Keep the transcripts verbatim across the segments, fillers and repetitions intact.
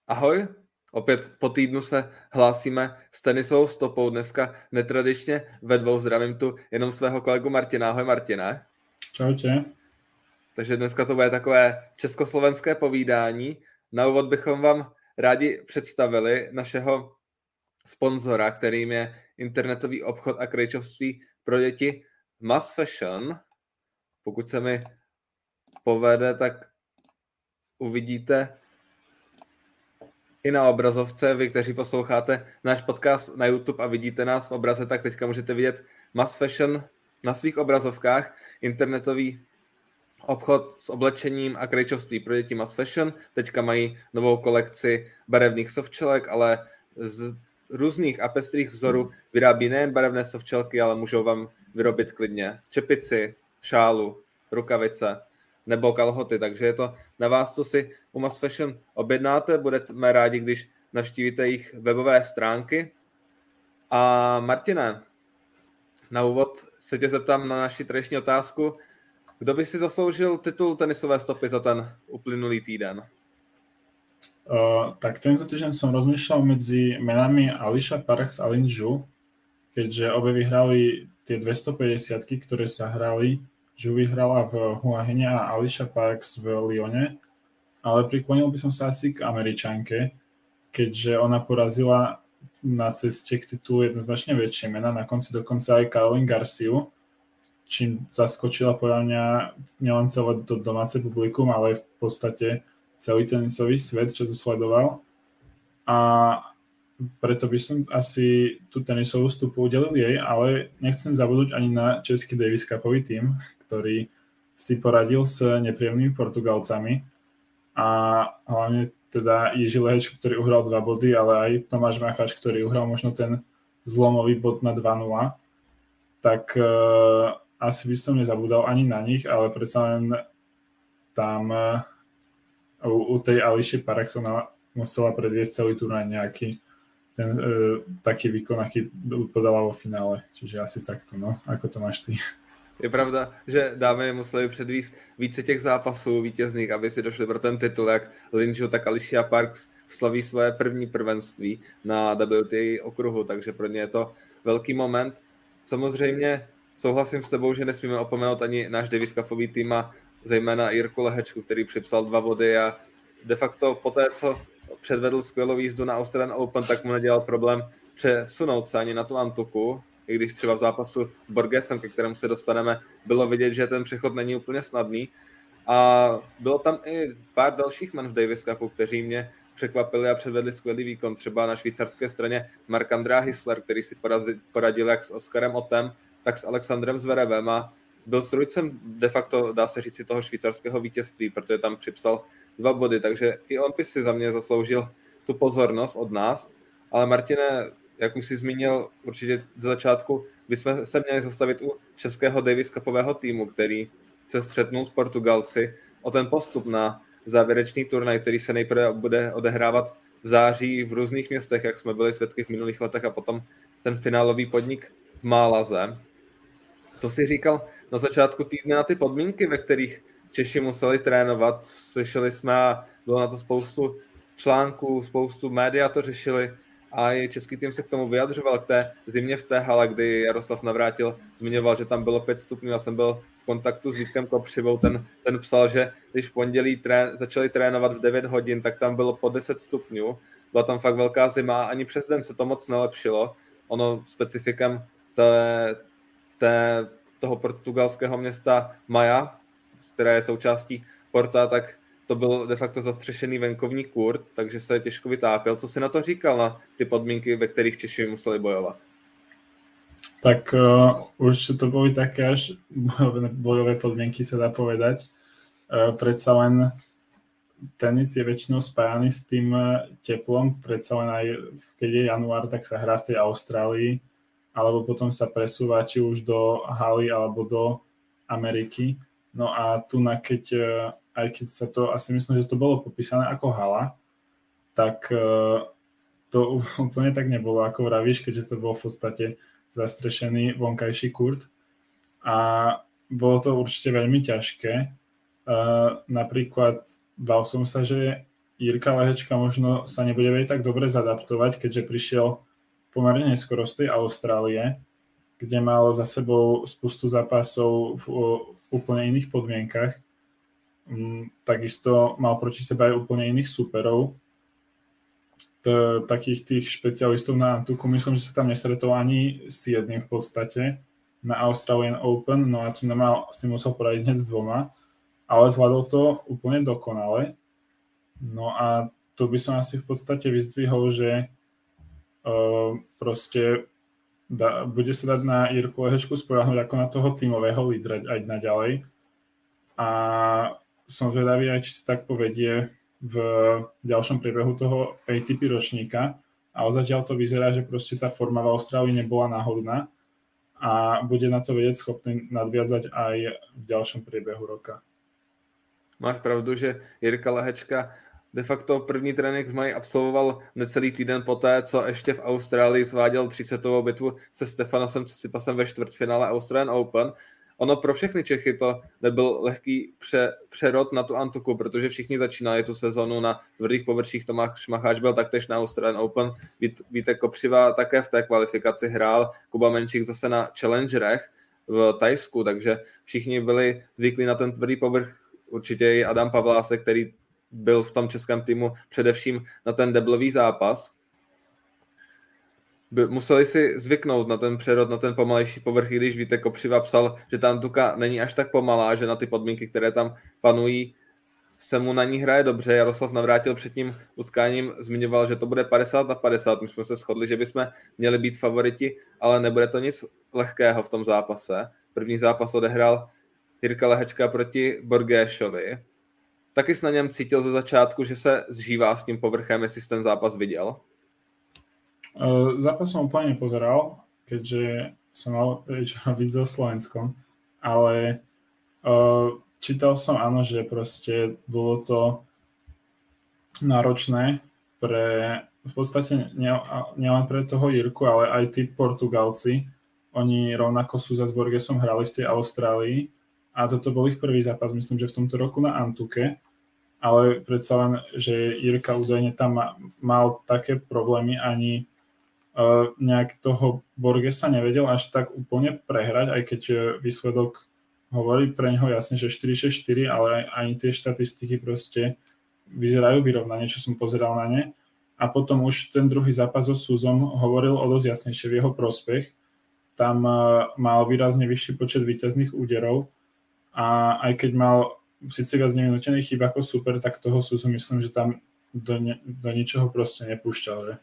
Ahoj, opět po týdnu se hlásíme s tenisovou stopou, dneska netradičně ve dvou, zdravím tu jenom svého kolegu Martina. Ahoj Martine. Čaute. Takže dneska to bude takové československé povídání. Na úvod bychom vám rádi představili našeho sponzora, kterým je internetový obchod a krejčovství pro děti Mass Fashion. Pokud se mi povede, tak uvidíte i na obrazovce, vy, kteří posloucháte náš podcast na YouTube a vidíte nás v obraze, tak teďka můžete vidět Mass Fashion na svých obrazovkách, internetový obchod s oblečením a krejčovství pro děti Mass Fashion. Teďka mají novou kolekci barevných softčelek, ale z různých a pestrých vzorů vyrábí nejen barevné softčelky, ale můžou vám vyrobit klidně čepici, šálu, rukavice nebo kalhoty, takže je to na vás, co si u Mass Fashion objednáte. Budeme rádi, když navštívíte jejich webové stránky. A Martine, na úvod se tě zeptám na naši tradiční otázku. Kdo by si zasloužil titul tenisové stopy za ten uplynulý týden? Uh, tak tento týždeň som rozmýšľal medzi menami Alicia Parks a Lin Zhu, keďže obe vyhrali tie dvestopäťdesiatky, ktoré sa hrali. Zhu vyhrala v Huahine a Alicia Parks v Lyone, ale priklonil by som sa asi k Američanke, keďže ona porazila na ceste k titulu jednoznačne väčšie mena, na konci dokonca aj Caroline Garciu, čím zaskočila podľa mňa nielen celé to domáce publikum, ale v podstate celý tenisový svet, čo to sledoval. A preto by som asi tú tenisovú stupu udelil jej, ale nechcem zabudnúť ani na český Davis Cupový tím, ktorý si poradil s nepríjemnými Portugalcami a hlavne teda Jiří Lehečko, ktorý uhral dva body, ale aj Tomáš Macháč, ktorý uhral možno ten zlomový bod na dva nula. Tak uh, asi by som nezabudal ani na nich, ale predsa len tam uh, u, u tej Alicie Parks ona musela predviesť celý turnaj nejaký ten uh, taký výkon, aký podala vo finále. Čiže asi takto, no. Ako to máš ty? Je pravda, že dámy museli předvíst více těch zápasů vítězných, aby si došli pro ten titul, jak Lin Zhu, tak Alicia Parks slaví své první prvenství na W T A okruhu, takže pro ně je to velký moment. Samozřejmě souhlasím s tebou, že nesmíme opomenout ani náš Davis Cupový tým a zejména Jirku Lehečku, který připsal dva body a de facto poté, co předvedl skvělou jízdu na Australian Open, tak mu nedělal problém přesunout se ani na tu Antuku, i když třeba v zápasu s Borgesem, ke kterému se dostaneme, bylo vidět, že ten přechod není úplně snadný. A bylo tam i pár dalších men v Davis Cupu, kteří mě překvapili a předvedli skvělý výkon. Třeba na švýcarské straně Marc-André Hissler, který si poradil jak s Oskarem Ottem, tak s Alexandrem Zverevem a byl strůjcem de facto, dá se říct, toho švýcarského vítězství, protože tam připsal dva body, takže i on by si za mě zasloužil tu pozornost od nás. Ale Martine, jak už jsi zmínil, určitě z začátku bychom se měli zastavit u českého Davis Cupového týmu, který se střetnul s Portugalci o ten postup na závěrečný turnaj, který se nejprve bude odehrávat v září v různých městech, jak jsme byli svědky v minulých letech, a potom ten finálový podnik v Málaze. Co jsi říkal na začátku týdne na ty podmínky, ve kterých Češi museli trénovat? Slyšeli jsme a bylo na to spoustu článků, spoustu média to řešili a i český tým se k tomu vyjadřoval, k té zimě v té hale, kdy Jaroslav Navrátil zmiňoval, že tam bylo pět stupňů. Já jsem byl v kontaktu s Vítkem Kopřivou, ten, ten psal, že když v pondělí trén, začali trénovat v devět hodin, tak tam bylo po deset stupňů. Byla tam fakt velká zima a ani přes den se to moc nelepšilo. Ono specifikem té, té, toho portugalského města Maja, které je součástí Porta, tak to byl de facto zastřešený venkovní kurt, takže se těžko vytápěl. Co jsi na to říkal, na ty podmínky, ve kterých Češi museli bojovat? Tak uh, určite to boli také až bojové, bojové podmienky, sa dá povedať. Uh, predsa len tenis je väčšinou spájaný s tým teplom, predsa len aj keď je január, tak sa hrá v tej Austrálii, alebo potom sa presúva či už do haly alebo do Ameriky. No a tu na keď, aj keď sa to, asi myslím, že to bolo popísané ako hala, tak uh, to úplne tak nebolo, ako vravíš, keďže to bolo v podstate zastrešený vonkajší kurt a bolo to určite veľmi ťažké. Uh, napríklad bál som sa, že Jirka Lehečka možno sa nebude vedieť tak dobre zadaptovať, keďže prišiel pomerne neskoro z tej Austrálie, kde mal za sebou spustu zápasov v, v úplne iných podmienkach. Takisto mal proti sebe aj úplne iných superov. T- takých tých špecialistov na Antuku, myslím, že sa tam nestretol ani s jedným v podstate na Australian Open, no a tu nemal, si musel poradiť hneď s dvoma, ale zvládol to úplne dokonale. No a tu by som asi v podstate vyzdvihol, že uh, proste da, bude sa dať na Jirku Lehečku spoľahnúť ako na toho tímového lídra aj naďalej. A som zvedavý aj, či sa tak povedie v ďalšom priebehu toho á té pé ročníka. Ale zatiaľ to vyzerá, že proste tá forma v Austrálii nebola náhodná a bude na to vedieť schopný nadviazať aj v ďalšom priebehu roka. Máš pravdu, že Jirka Lehečka de facto první trénink v maji absolvoval necelý týden poté, co ještě v Austrálii sváděl třísetovou bitvu se Stefanosem Tsitsipasem ve čtvrtfinále Australian Open. Ono pro všechny Čechy to nebyl lehký pře, přerod na tu Antuku, protože všichni začínali tu sezonu na tvrdých površích. Tomáš Macháč byl taktéž na Australian Open, Vít, Vítek Kopřiva také v té kvalifikaci hrál, Kuba Menčík zase na Challengerech v Thajsku, takže všichni byli zvyklí na ten tvrdý povrch. Určitě i Adam Pavlásek, který byl v tom českém týmu především na ten deblový zápas. By, museli si zvyknout na ten přerod, na ten pomalejší povrch, když Vítek Kopřiva psal, že ta Antuka není až tak pomalá, že na ty podmínky, které tam panují, se mu na ní hraje dobře. Jaroslav Navrátil před tím utkáním zmiňoval, že to bude padesát na padesát. My jsme se shodli, že bychom měli být favoriti, ale nebude to nic lehkého v tom zápase. První zápas odehrál Jirka Lehečka proti Borgéšovi. Taky jsi na něm cítil ze začátku, že se zžívá s tím povrchem, jestli jsi ten zápas viděl? Uh, zápas som úplne nepozeral, keďže som mal víc so Slovenskom, ale uh, čítal som, áno, že proste bolo to náročné pre, v podstate nielen pre toho Jirku, ale aj tí Portugalci. Oni rovnako sú za s Borgesom hrali v tej Austrálii a toto bol ich prvý zápas, myslím, že v tomto roku na Antuke, ale predsa len, že Jirka údajne tam ma, mal také problémy, ani uh, nejak toho Borgesa nevedel až tak úplne prehrať, aj keď výsledok hovorí pre neho jasne, že štyri šesť štyri, ale ani tie štatistiky proste vyzerajú vyrovnane, čo som pozeral na ne. A potom už ten druhý zápas so Suzom hovoril o dosť jasnejšie v jeho prospech. Tam uh, mal výrazne vyšší počet víťazných úderov a aj keď mal síce viac nevynutených chýb ako super, tak toho Suzu myslím, že tam do, ne, do ničeho proste nepúšťal. Že?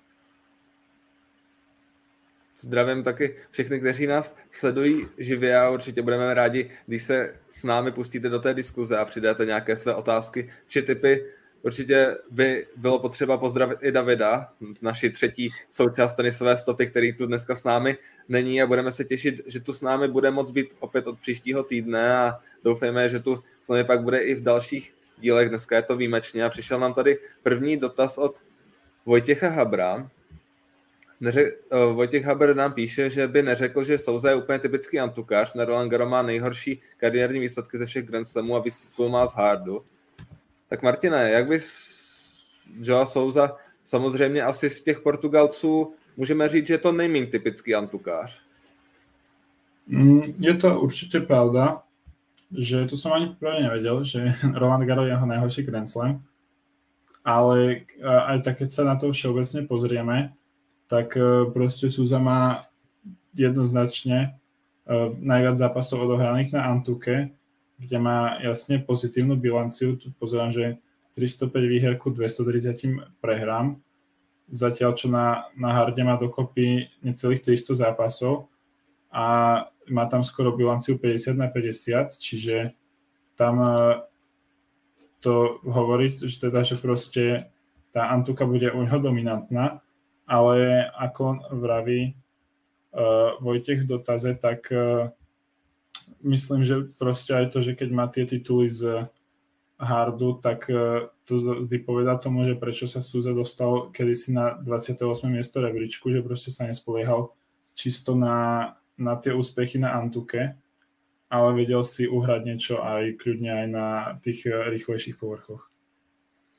Zdravím taky všechny, kteří nás sledují živě a určitě budeme rádi, když se s námi pustíte do té diskuze a přidáte nějaké své otázky či tipy. Určitě by bylo potřeba pozdravit i Davida, naši třetí součást tenisové stopy, který tu dneska s námi není a budeme se těšit, že tu s námi bude moct být opět od příštího týdne a doufejme, že tu s námi pak bude i v dalších dílech. Dneska je to výjimečně a přišel nám tady první dotaz od Vojtěcha Habra. Neře- Vojtěch Haber nám píše, že by neřekl, že Souza je úplně typický antukář. Na Roland Garros má nejhorší kariérní výsledky ze všech Grand Slamů a výsledku má z hardu. Tak Martine, jak bys Joao Souza, samozřejmě asi z těch Portugalců můžeme říct, že je to nejméně typický antukář? Je to určite pravda, že to som ani poprvé nevedel, že Roland Garros je jeho najhorší Grand Slam, ale aj tak, keď sa na to všeobecne pozrieme, tak proste Souza má jednoznačne najviac zápasov odohraných na Antuke, kde má jasne pozitívnu bilanciu. Tu pozerám, že tristopäť výher ku dvestotridsať prehrám. Zatiaľ, čo na, na harde má dokopy necelých tristo zápasov a má tam skoro bilanciu päťdesiat na päťdesiat, čiže tam to hovorí, že teda, že proste tá Antuka bude u neho dominantná, ale ako vraví uh, Vojtech v dotaze, tak uh, myslím, že proste aj to, že keď má tie tituly z hardu, tak uh, to vypovedá tomu, že prečo sa Souza dostal kedysi na dvadsiate ôsme miesto rebríčku, že proste sa nespoliehal čisto na, na tie úspechy na Antuke, ale vedel si uhrať niečo aj kľudne aj na tých rýchlejších povrchoch.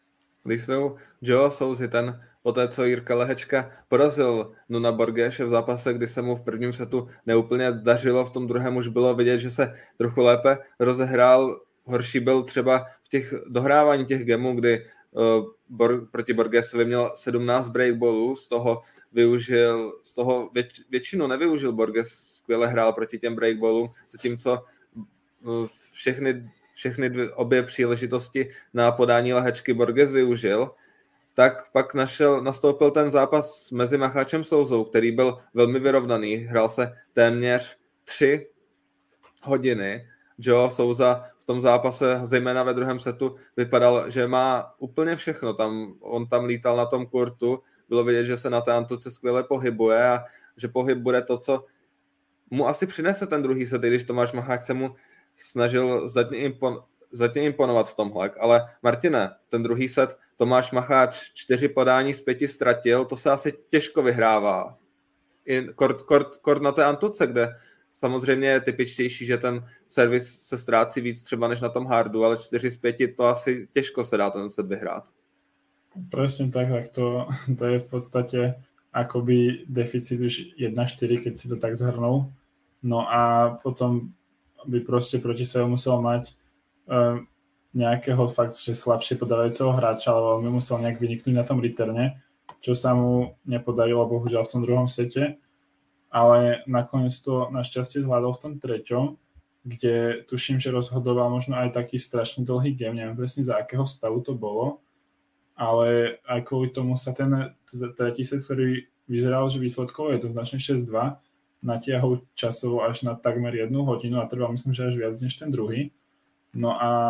Když jsme u Joe Sousy, ten poté, co Jirka Lehečka porazil Nuna Borgeše v zápase, kdy se mu v prvním setu neúplně dařilo, v tom druhém už bylo vidět, že se trochu lépe rozehrál. Horší byl třeba v těch dohrávání těch gemů, kdy uh, Bor- proti Borgesovi měl sedmnáct breakballů, z toho využil, z toho věč- většinu nevyužil Borges, skvěle hrál proti těm breakballům, zatímco uh, všechny všechny dvě, obě příležitosti na podání Lehečky Borges využil, tak pak našel, nastoupil ten zápas mezi Macháčem Souzou, který byl velmi vyrovnaný. Hrál se téměř tři hodiny. Joe Souza v tom zápase, zejména ve druhém setu, vypadal, že má úplně všechno. Tam, on tam lítal na tom kurtu, bylo vidět, že se na té antuce skvěle pohybuje a že pohyb bude to, co mu asi přinese ten druhý set, i když Tomáš Macháč se mu snažil zdatně, impon, zdatně imponovat v tomhle, ale Martine, ten druhý set Tomáš Macháč čtyři podání z pěti ztratil, to se asi těžko vyhrává. I kort, kort, kort na té antuce, kde samozřejmě je typičtější, že ten servis se ztrácí víc třeba než na tom hardu, ale čtyři z pěti to asi těžko se dá ten set vyhrát. Presne tak, tak to, to je v podstate akoby deficit už jedna štyri, keď si to tak zhrnul. No a potom by proste proti sebe musel mať uh, nejakého fakt, že slabšie podávajúceho hráča, ale veľmi musel nejak vyniknúť na tom reterne, čo sa mu nepodarilo bohužiaľ v tom druhom sete, ale nakoniec to našťastie zvládol v tom treťom, kde tuším, že rozhodoval možno aj taký strašne dlhý game, neviem presne za akého stavu to bolo, ale aj kvôli tomu sa ten tretí set, ktorý vyzeral, že výsledkovo je to značne šesť dva, natiahol časovo až na takmer jednu hodinu a trval myslím, že až viac než ten druhý. No a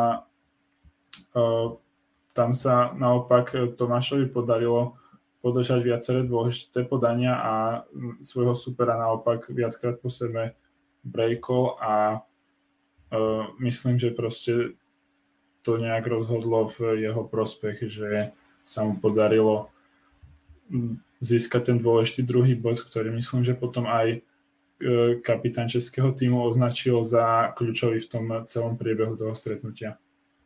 uh, tam sa naopak Tomášovi podarilo podržať viaceré dôležité podania a svojho supera naopak viackrát po sebe breakol a uh, myslím, že proste to nejak rozhodlo v jeho prospech, že sa mu podarilo získať ten dôležitý druhý bod, ktorý myslím, že potom aj kapitán českého týmu označil za kľúčový v tom celom priebehu toho stretnutia.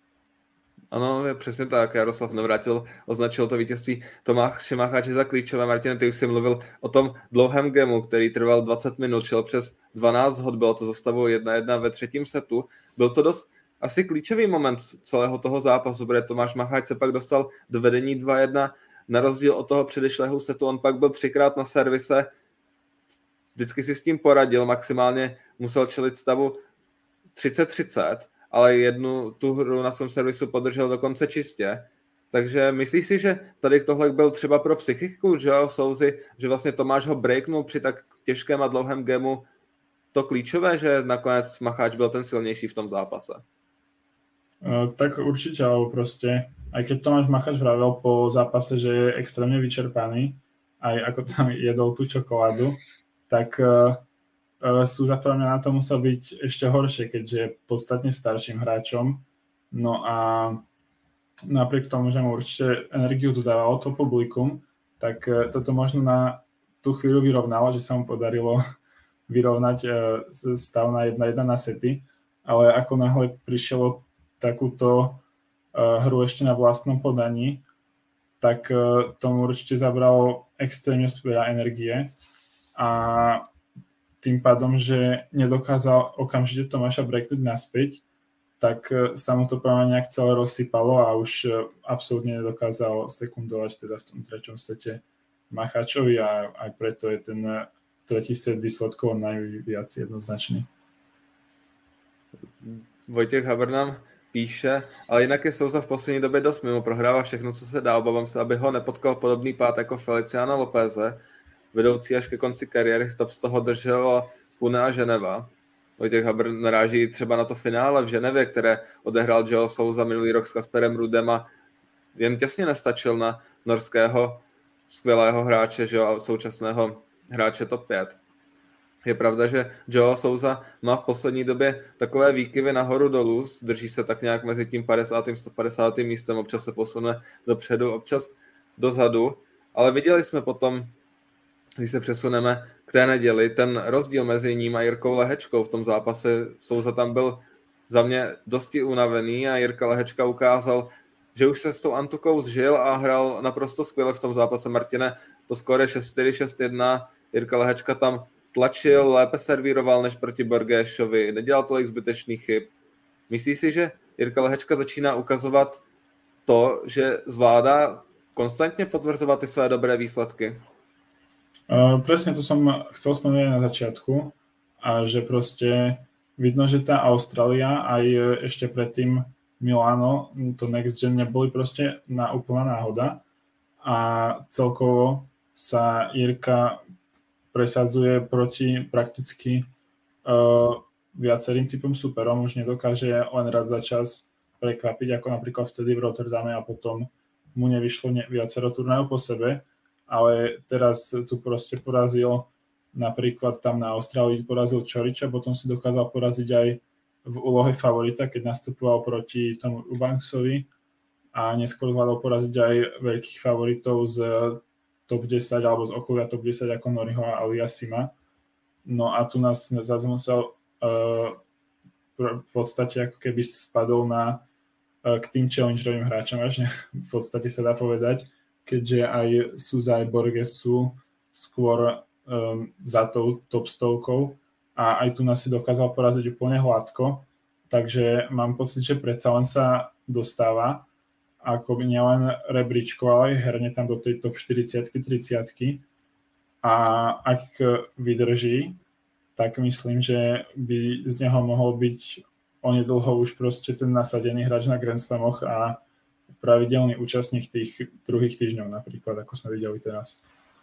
Ano, je přesně tak. Jaroslav Navrátil označil to vítězství Tomáše Macháče za klíčové. Martin, ty už jsi mluvil o tom dlouhém gemu, který trval dvacet minut, šel přes dvanáct hod, bylo to za stavu jedna jedna ve třetím setu. Byl to dost asi klíčový moment celého toho zápasu, protože Tomáš Macháč se pak dostal do vedení dva jedna. Na rozdíl od toho předešlého setu, on pak byl třikrát na servise, vždycky si s tím poradil, maximálně musel čelit stavu třicet třicet, ale jednu tu hru na svém servisu podržel dokonce čistě. Takže myslíš si, že tady tohle byl třeba pro psychiku Joe Sousy, že vlastně Tomáš ho breaknul při tak těžkém a dlouhém gemu to klíčové, že nakonec Macháč byl ten silnější v tom zápase? Uh, tak určite, alebo proste, aj keď Tomáš Macháč vravel po zápase, že je extrémne vyčerpaný, aj ako tam jedol tú čokoládu, tak uh, uh, Sousa pre mňa na to musel byť ešte horšie, keďže je podstatne starším hráčom. No a napriek tomu, že mu určite energiu dodávalo to publikum, tak uh, toto možno na tú chvíľu vyrovnalo, že sa mu podarilo vyrovnať uh, stav na jedna jedna na sety, ale ako náhle prišlo takúto uh, hru ešte na vlastnom podaní, tak uh, tomu určite zabralo extrémne veľa energie a tým pádom, že nedokázal okamžite Tomáša breaknúť naspäť, tak uh, sa mu to práve nejak celé rozsypalo a už uh, absolútne nedokázal sekundovať teda v tom treťom sete Macháčovi a aj preto je ten uh, tretí set výsledkovo najviac jednoznačný. Vojtěch Haber nám píše, ale jinak je Sousa v poslední době dost mimo, prohrává všechno, co se dá, obávám se, aby ho nepotkal podobný pád jako Feliciana Lopéze, vedoucí až ke konci kariéry, top z toho držel Pune a Ženeva. Vojtěch Haber naráží třeba na to finále v Ženevě, které odehrál Joe Sousa minulý rok s Kasperem Rudem a jen těsně nestačil na norského skvělého hráče, že jo, současného hráče top pět. Je pravda, že Joe Sousa má v poslední době takové výkyvy nahoru dolů, drží se tak nějak mezi tím padesátým a sto padesátým místem, občas se posune dopředu, občas dozadu, ale viděli jsme potom, když se přesuneme k té neděli, ten rozdíl mezi ním a Jirkou Lehečkou v tom zápase. Sousa tam byl za mě dosti unavený a Jirka Lehečka ukázal že už se s tou Antukou zžil a hrál naprosto skvěle v tom zápase. Martine, to skóre šest čtyři, šest jedna, Jirka Lehečka tam tlačil, lépe servíroval než proti Borgéšovi, nedělal tolik zbytečných chyb. Myslíš si, že Jirka Lehečka začíná ukazovat to, že zvládá konstantně potvrzovat ty své dobré výsledky? Uh, presne to som chcel spomenúť na začiatku, a že proste vidno, že tá Austrália aj ešte predtým Milano, to Next Gen neboli proste na úplná náhoda a celkovo sa Jirka presadzuje proti prakticky uh, viacerým typom superom, už nedokáže len raz za čas prekvapiť, ako napríklad vtedy v Rotterdame a potom mu nevyšlo ne, viacero turnajov po sebe, ale teraz tu proste porazil napríklad tam na Austrálii porazil Čoriča, potom si dokázal poraziť aj v úlohe favorita, keď nastupoval proti tomu Eubanksovi a neskôr zvládol poraziť aj veľkých favoritov z top desať alebo z okolia top desať ako Noriho a Aliassima. No a tu nás zase musel uh, v podstate ako keby spadol na uh, k tým challengerovým hráčom, až v podstate sa dá povedať, keďže aj Sousa aj Borges sú skôr um, za tou top stovkou a aj tu nás si dokázal poraziť úplne hladko, takže mám pocit, že predsa len sa dostáva ako nielen rebríčko, ale aj herne tam do tej top štyridsiatky, tridsiatky a ak vydrží, tak myslím, že by z neho mohol byť onedlho už proste ten nasadený hráč na Grand Slamoch a pravidelný účastník tých druhých týždňov napríklad, ako sme videli teraz.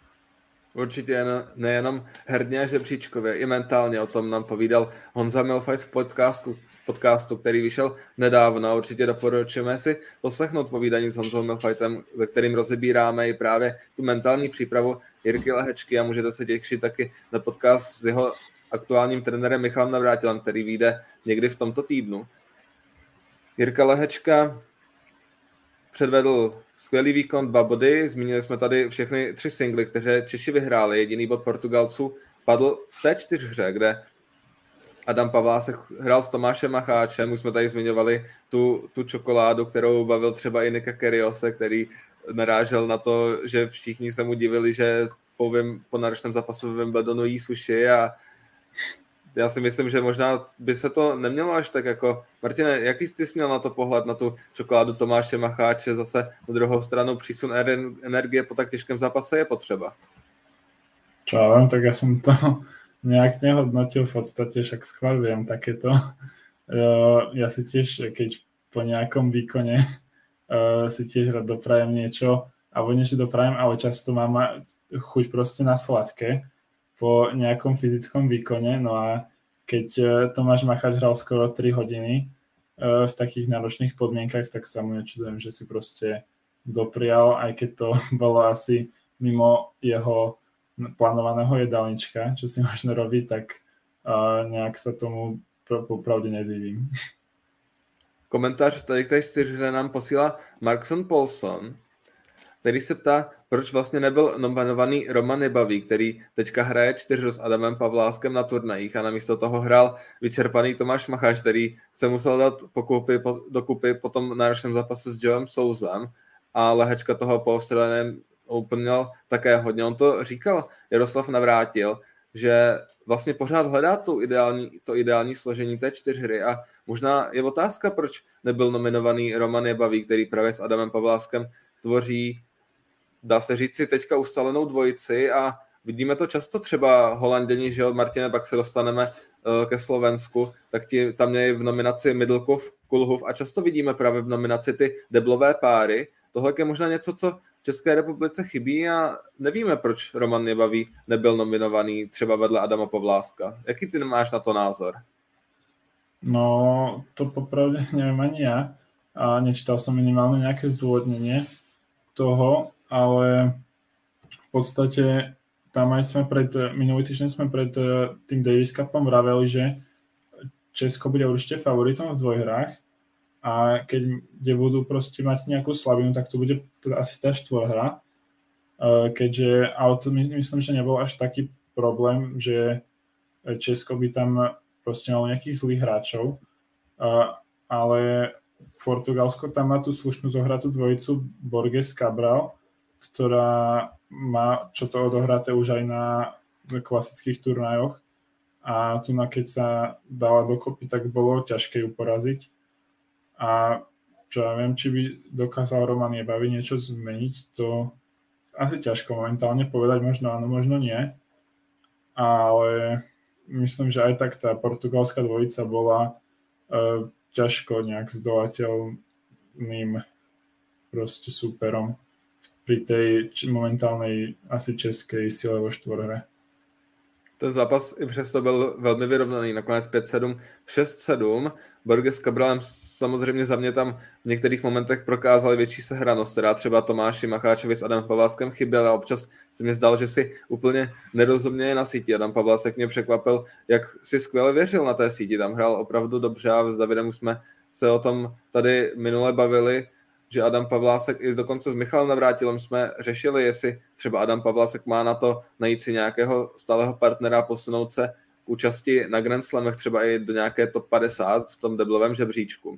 Určitě nejenom herně a žebříčkově, i mentálně o tom nám povídal Honza Milfajs v podcastu, v podcastu, který vyšel nedávno. Určitě doporučujeme si poslechnout povídání s Honzou Milfajtem, ze kterým rozebíráme i právě tu mentální přípravu Jirky Lehečky a můžete se těšit taky na podcast s jeho aktuálním trenérem Michalem Navrátilem, který vyjde někdy v tomto týdnu. Jirka Lehečka předvedl skvělý výkon, dva body, zmínili jsme tady všechny tři singly, které Češi vyhráli, jediný bod Portugalců padl v té čtyřhře, kde Adam Pavlásek hrál s Tomášem Macháčem, už jsme tady zmiňovali tu, tu čokoládu, kterou bavil třeba i Nika Kyrgiose, který narážel na to, že všichni se mu divili, že po, vím, po náročném zápasu v Wimbledonu jí suši a já si myslím, že možná by se to nemělo až tak jako... Martine, jaký jsi měl na to pohled, na tu čokoládu Tomáše Macháče, zase na druhou stranu přísun energie po tak těžkém zápase je potřeba? Čo ja viem, tak ja som to nejak nehodnotil, v podstate však schvaľujem takéto. Ja si tiež, keď po nejakom výkone si tiež rád doprajem niečo, alebo niečo doprajem, ale často mám chuť proste na sladké po nejakom fyzickom výkone, no a keď Tomáš Macháč hral skoro tri hodiny v takých náročných podmienkach, tak sa mu nečudujem, že si proste doprial, aj keď to bolo asi mimo jeho plánovaného jedálnička, čo si možno robí, tak nejak sa tomu popravde nedivím. Komentář tady k té čtyřhře nám posílá Markson Paulson, který se ptá, proč vlastně nebyl nominovaný Roman Nebavý, který teďka hraje čtyřhru s Adamem Pavláskem na turnajích a namísto toho hrál vyčerpaný Tomáš Macháč, který se musel dát pokupy, po, dokupy po tom náročném zápase s Joem Sousem a Lehečka toho po Australian Open měl také hodně. On to říkal Jaroslav Navrátil, že vlastně pořád hledá tu ideální, to ideální složení té čtyřhry a možná je otázka, proč nebyl nominovaný Roman Nebavý, který právě s Adamem Pavláskem tvoří, dá se říct si teďka ustalenou dvojici a vidíme to často třeba Holanděni, že jo, Martine, pak se dostaneme uh, ke Slovensku, tak ti tam měli v nominaci Middlekov, Kulhov a často vidíme právě v nominaci ty deblové páry. Tohle je možná něco, co v České republice chybí a nevíme, proč Roman Nebavý nebyl nominovaný třeba vedle Adama Pavláska. Jaký ty máš na to názor? No, to popravde neviem ani ja. A nečítal som minimálne nejaké zdôvodnenie toho, ale v podstate tam aj sme pred, minulý týždeň sme pred tým Davis Cupom vraveli, že Česko bude určite favoritom v dvojhrách a keď kde budú proste mať nejakú slabinu, tak to bude teda asi tá štvorhra, keďže auto, myslím, že nebol až taký problém, že Česko by tam proste malo nejakých zlých hráčov, ale Portugalsko tam má tú slušnú zohratú dvojicu Borges Cabral, ktorá má čo to odohraté už aj na klasických turnajoch a tu na keď sa dala dokopy, tak bolo ťažké ju poraziť. A čo ja viem, či by dokázal Roman Jebavý niečo zmeniť, to asi ťažko momentálne povedať, možno áno, možno nie. Ale myslím, že aj tak tá portugalská dvojica bola uh, ťažko nejak zdolateľným proste súperom pri tej momentálnej asi českej sile vo štvorhre. Ten zápas i přesto byl velmi vyrovnaný, nakonec pět sedm, šest sedm. Borges s Cabralem samozřejmě za mě tam v některých momentech prokázali větší sehranost, která třeba Tomáši Macháčovi s Adamem Pavláskem chyběla a občas se mi zdalo, že si úplně nerozuměje na síti. Adam Pavlásek mě překvapil, jak si skvěle věřil na té síti, tam hrál opravdu dobře a s Davidem už jsme se o tom tady minule bavili, že Adam Pavlásek, i dokonce s Michalem Navrátilem jsme řešili, jestli třeba Adam Pavlásek má na to najít si nějakého stálého partnera a posunout se k účasti na Grand Slamech, třeba i do nějaké top padesát v tom deblovém žebříčku.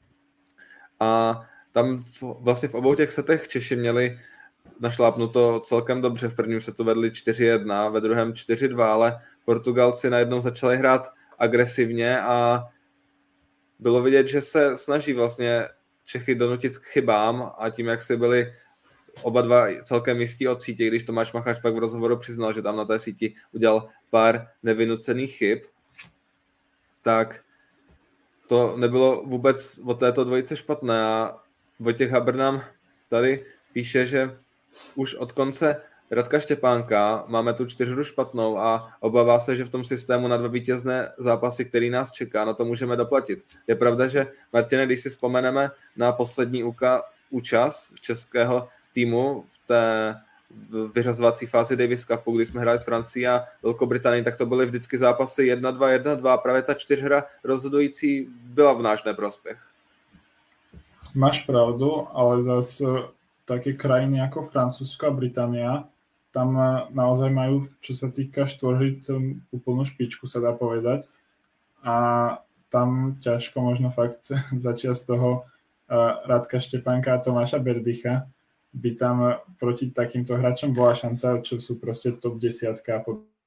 A tam v, vlastně v obou těch setech Češi měli našlápnuto celkem dobře. V prvním setu vedli čtyři jedna, ve druhém čtyři dva, ale Portugalci najednou začali hrát agresivně a bylo vidět, že se snaží vlastně Čechy donutit k chybám a tím, jak si byli oba dva celkem jistí od sítě, když Tomáš Macháč pak v rozhovoru přiznal, že tam na té síti udělal pár nevynucených chyb, tak to nebylo vůbec od této dvojice špatné a Vojtěch Habr nám tady píše, že už od konce Radka Štěpánka máme tu čtyřhru špatnou a obává se, že v tom systému na dva vítězné zápasy, který nás čeká, na to můžeme doplatit. Je pravda, že Martine, když si vzpomeneme na poslední úka, účast českého týmu v té vyřazovací fázi Davis Cupu, kdy jsme hráli s Francií a Velkou-Británií, tak to byly vždycky zápasy jedna dva, jedna dva a právě ta čtyřhra rozhodující byla v náš neprospěch. Máš pravdu, ale zase také krajiny ako Francúzsko a Británia tam naozaj majú, čo sa týka štvorhry, úplnú špičku, sa dá povedať. A tam ťažko možno fakt začia z toho uh, Radka Štepánka a Tomáša Berdycha by tam proti takýmto hráčom bola šanca, čo sú proste top desiatka a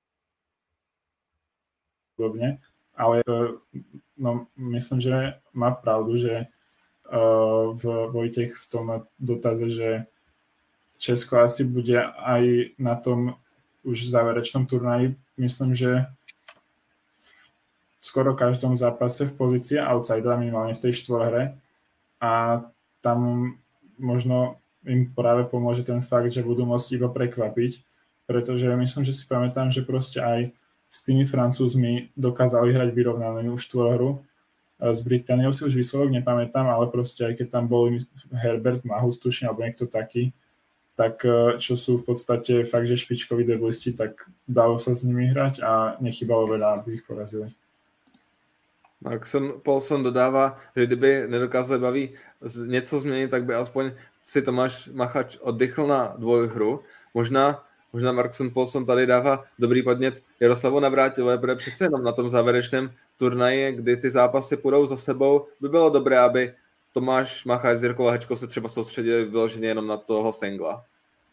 podobne. Ale uh, no, myslím, že má pravdu, že uh, v Vojtech v tom dotaze, že Česko asi bude aj na tom už záverečnom turnaji, myslím, že v skoro každom zápase v pozícii outsidera, minimálne v tej štvorhre, a tam možno im práve pomôže ten fakt, že budú môcť iba prekvapiť, pretože myslím, že si pamätám, že proste aj s tými Francúzmi dokázali hrať vyrovnanú štvorhru. S Britániou si už výsledok nepamätám, ale proste aj keď tam bol Herbert Mahus, tuším, alebo niekto taký, tak čo sú v podstate fakt, že špičkoví deblisti, tak dalo sa s nimi hrať a nechybalo veľa, aby ich porazili. Markson Paulson dodává, že kdyby nedokázali Baví něco změnit, tak by aspoň si Tomáš Macháč oddychl na dvojhru. Možná, možná Markson Paulson tady dává dobrý podnět Jaroslavu Navrátilové, protože přece jenom na tom závěrečném turnaji, kdy ty zápasy půjdou za sebou, by bylo dobré, aby Tomáš Macháč s Jirkou Lehečkou se třeba soustředili vyloženě jenom na toho singla.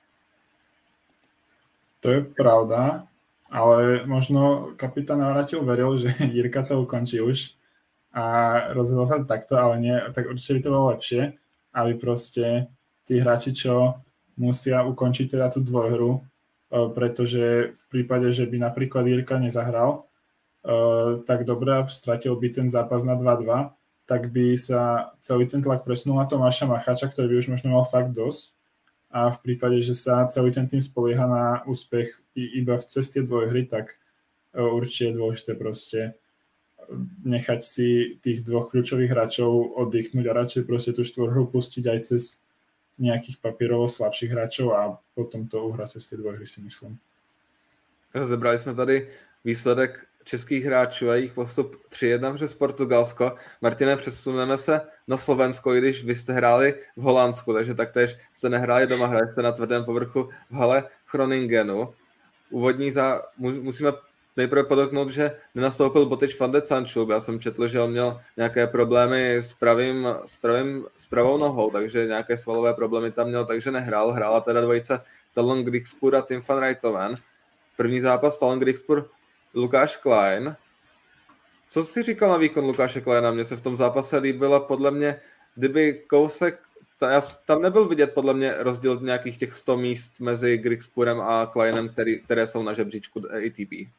To je pravda, ale možno kapitán Navrátil veril, že Jirka to ukončí už a rozhodol sa to takto, ale nie, tak určite by to bolo lepšie, aby proste tí hráči, čo musia ukončiť teda tú dvojhru, pretože v prípade, že by napríklad Jirka nezahral, tak dobre, stratil by ten zápas na dva dva, tak by sa celý ten tlak presunul na Tomáša Macháča, ktorý by už možno mal fakt dosť. A v prípade, že sa celý ten tým spolieha na úspech iba v ceste dvojhry, tak určite je dôležité proste nechať si tých dvoch kľúčových hráčov oddychnúť a radšej proste tú štvorhru pustiť aj cez nejakých papierovo slabších hráčov a potom to uhrať cez tie dvojhry, si myslím. Rozebrali jsme tady výsledek českých hráčů a jejich postup tři jedna přes Portugalsko. Martine, přesuneme se na Slovensko, i když vy jste hráli v Holandsku, takže taktéž jste nehráli doma, hráli jste na tvrdém povrchu v hale v Groningenu. Úvodní za, musíme nejprve podotknout, že nenastoupil Botič van de Sančuk. Já jsem četl, že on měl nějaké problémy s, pravým, s, pravým, s pravou nohou, takže nějaké svalové problémy tam měl, takže nehrál. Hrála teda dvojice Talon Grigspur a Tim van Rijthoven. První zápas Talon Grigspur, Lukáš Klein. Co jsi říkal na výkon Lukáše Kleina? Mně se v tom zápase líbilo, podle mě, kdyby kousek, tam nebyl vidět podle mě rozdíl nějakých těch sto míst mezi Grigspurem a Kleinem, který, které jsou na žebříčku A T P.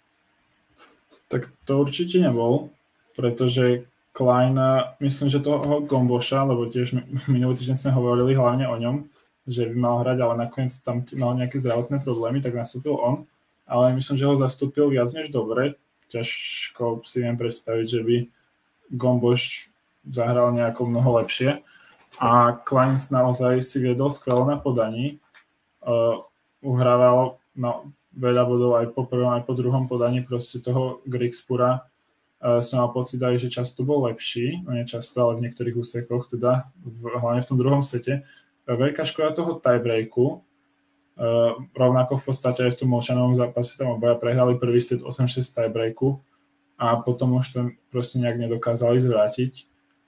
Tak to určite nebol, pretože Klein, myslím, že toho Gomboša, lebo tiež minulý týždeň sme hovorili hlavne o ňom, že by mal hrať, ale nakoniec tam mal nejaké zdravotné problémy, tak nastúpil on, ale myslím, že ho zastúpil viac než dobre. Ťažko si viem predstaviť, že by Gomboš zahral nejako mnoho lepšie. A Klein naozaj si viedol skvelo na podaní. Uh, uhrával na veľa bodov aj po prvom, aj po druhom podaní. Proste toho Grigspura uh, som mal pocit aj, že často bol lepší. No nie často, ale v niektorých úsekoch, teda v, hlavne v tom druhom sete. Uh, veľká škoda toho tiebreaku. Uh, rovnako v podstate aj v tom molčanovom zápase tam obaja prehrali prvý set osem šesť tiebreaku a potom už to proste nejak nedokázali zvrátiť.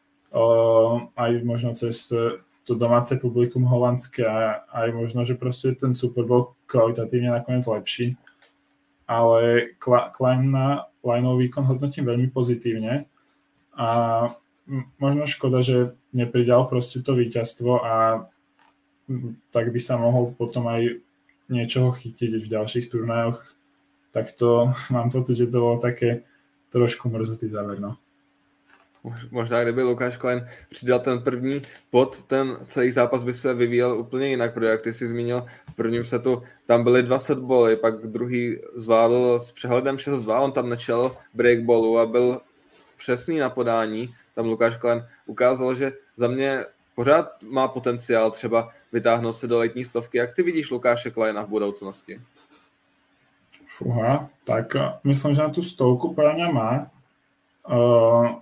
Uh, aj možno cez to domáce publikum holandské a aj možno, že proste ten Super Bowl kvalitatívne nakoniec lepší. Ale Klein na lineový výkon hodnotím veľmi pozitívne a možno škoda, že nepridal proste to víťazstvo a tak by sa mohol potom aj niečoho chytiť v ďalších turnajoch. Tak to mám pocit, že to bolo také trošku mrzutý záver, no. Možná kdyby Lukáš Klein přidal ten první bod, ten celý zápas by se vyvíjel úplně jinak, protože jak ty jsi zmínil, v prvním setu tam byly dvacet boly, pak druhý zvládl s přehledem šest dva, on tam nečel breakballu a byl přesný na podání. Tam Lukáš Klein ukázal, že za mě pořád má potenciál třeba vytáhnout se do letní stovky. Jak ty vidíš Lukáše Kleina v budoucnosti? Fúha, tak myslím, že na tú stovku podľa mňa má. Uh,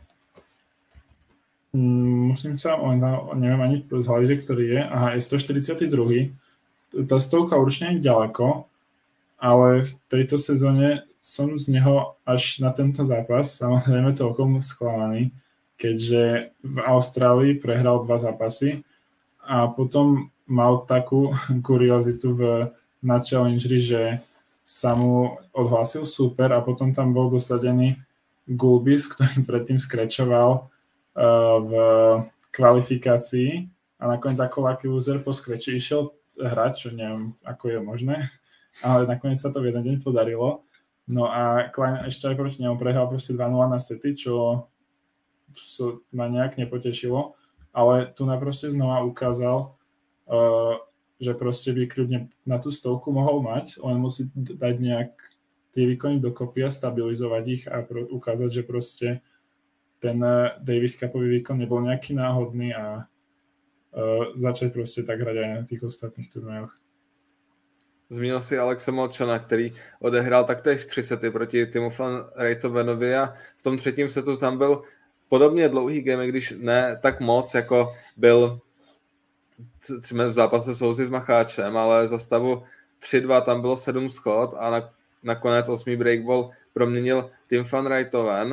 musím sa, neviem ani z hlavy, že ktorý je. Aha, je sto štyridsiaty druhý. Tá stovka určite nie je ďaleko, ale v tejto sezóne som z neho až na tento zápas samozrejme celkom sklamaný, keďže v Austrálii prehral dva zápasy a potom mal takú kuriozitu v, na challengeri, že sa mu odhlásil super a potom tam bol dosadený Gulbis, ktorý predtým skrečoval uh, v kvalifikácii a nakoniec ako lucky loser po skreči išiel hrať, čo neviem, ako je možné, ale nakoniec sa to v jeden deň podarilo. No a Klein ešte aj proti nemu prehral proste dva nula na sety, čo ma nejak nepotešilo, ale tu naproste znova ukázal, uh, že proste by kľudne na tú stovku mohol mať, len musí dať nejak tie výkony dokopy a stabilizovať ich a pro, ukázať, že proste ten Davis Cupový výkon nebol nejaký náhodný a uh, začať proste tak hrať aj na tých ostatných turnajoch. Zmínil si Alexe Molčana, který odehrál taktéž tři sety proti Timu van Rijthovenovi a v tom třetím setu tam byl podobně dlouhý game, když ne tak moc, jako byl třeba v zápase Souzy s Macháčem, ale za stavu tři dva tam bylo sedm schod a na, nakonec osmý breakball proměnil Tim van Rijthoven.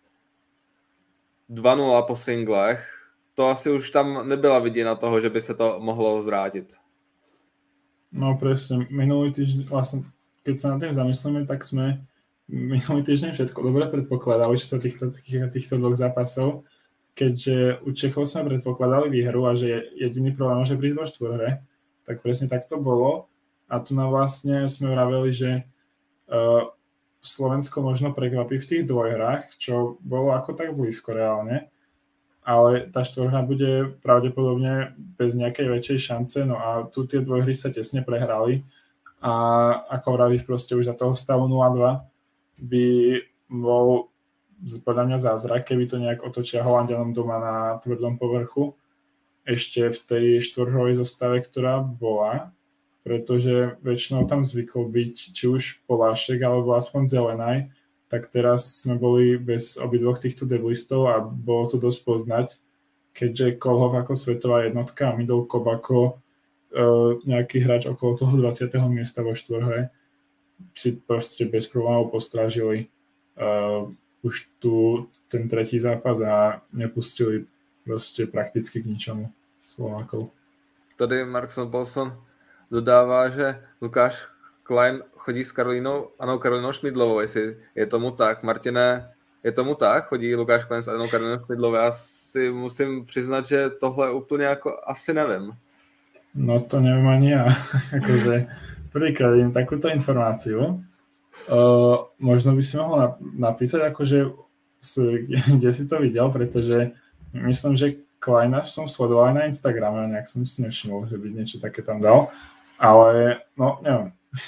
dva nula po singlech. To asi už tam nebyla vidina toho, že by se to mohlo zvrátit. No presne, minulý týždeň, vlastne, keď sa nad tým zamyslíme, tak sme minulý týždeň všetko dobre predpokladali, čo sa týchto, týchto, týchto dvoch zápasov, keďže u Čechov sme predpokladali výhru a že jediný problém môže prísť vo štvorhre, tak presne tak to bolo. A tu na vlastne sme vraveli, že uh, Slovensko možno prekvapí v tých dvojhrách, čo bolo ako tak blízko reálne, ale tá štvorhra bude pravdepodobne bez nejakej väčšej šance, no a tu tie dvojhry sa tesne prehrali a ako vravíš, proste už za toho stavu nula dva by bol podľa mňa zázrak, keby to nejak otočia Holandianom doma na tvrdom povrchu ešte v tej štvorhrovej zostave, ktorá bola, pretože väčšinou tam zvykol byť či už Polášek alebo aspoň Zelenaj, tak teraz sme boli bez obidvoch týchto deblistov a bolo to dosť poznať, keďže Kolhov ako svetová jednotka a Midl Kobako uh, nejaký hráč okolo toho dvadsiateho miesta vo štvorhre, si proste bez problémov postrážili uh, už tu ten tretí zápas a nepustili proste prakticky k ničomu Slovákov. Tady Markson Paulson dodává, že Lukáš Klein chodí s Karolínou, ano, Karolínou Šmídlovou, jestli je tomu tak. Martine, je tomu tak? Chodí Lukáš Klein s Anou Karolínou Šmídlovou? Já si musím přiznat, že tohle úplně jako asi nevím. No to neviem ani ja. Akože prvýkrát vidím takúto informáciu. Uh, možno by si mohol napísať, akože kde si to videl, pretože myslím, že Kleina som sledoval aj na Instagrame, nejak som si nevšimol, že by niečo také tam dal, ale no, neviem.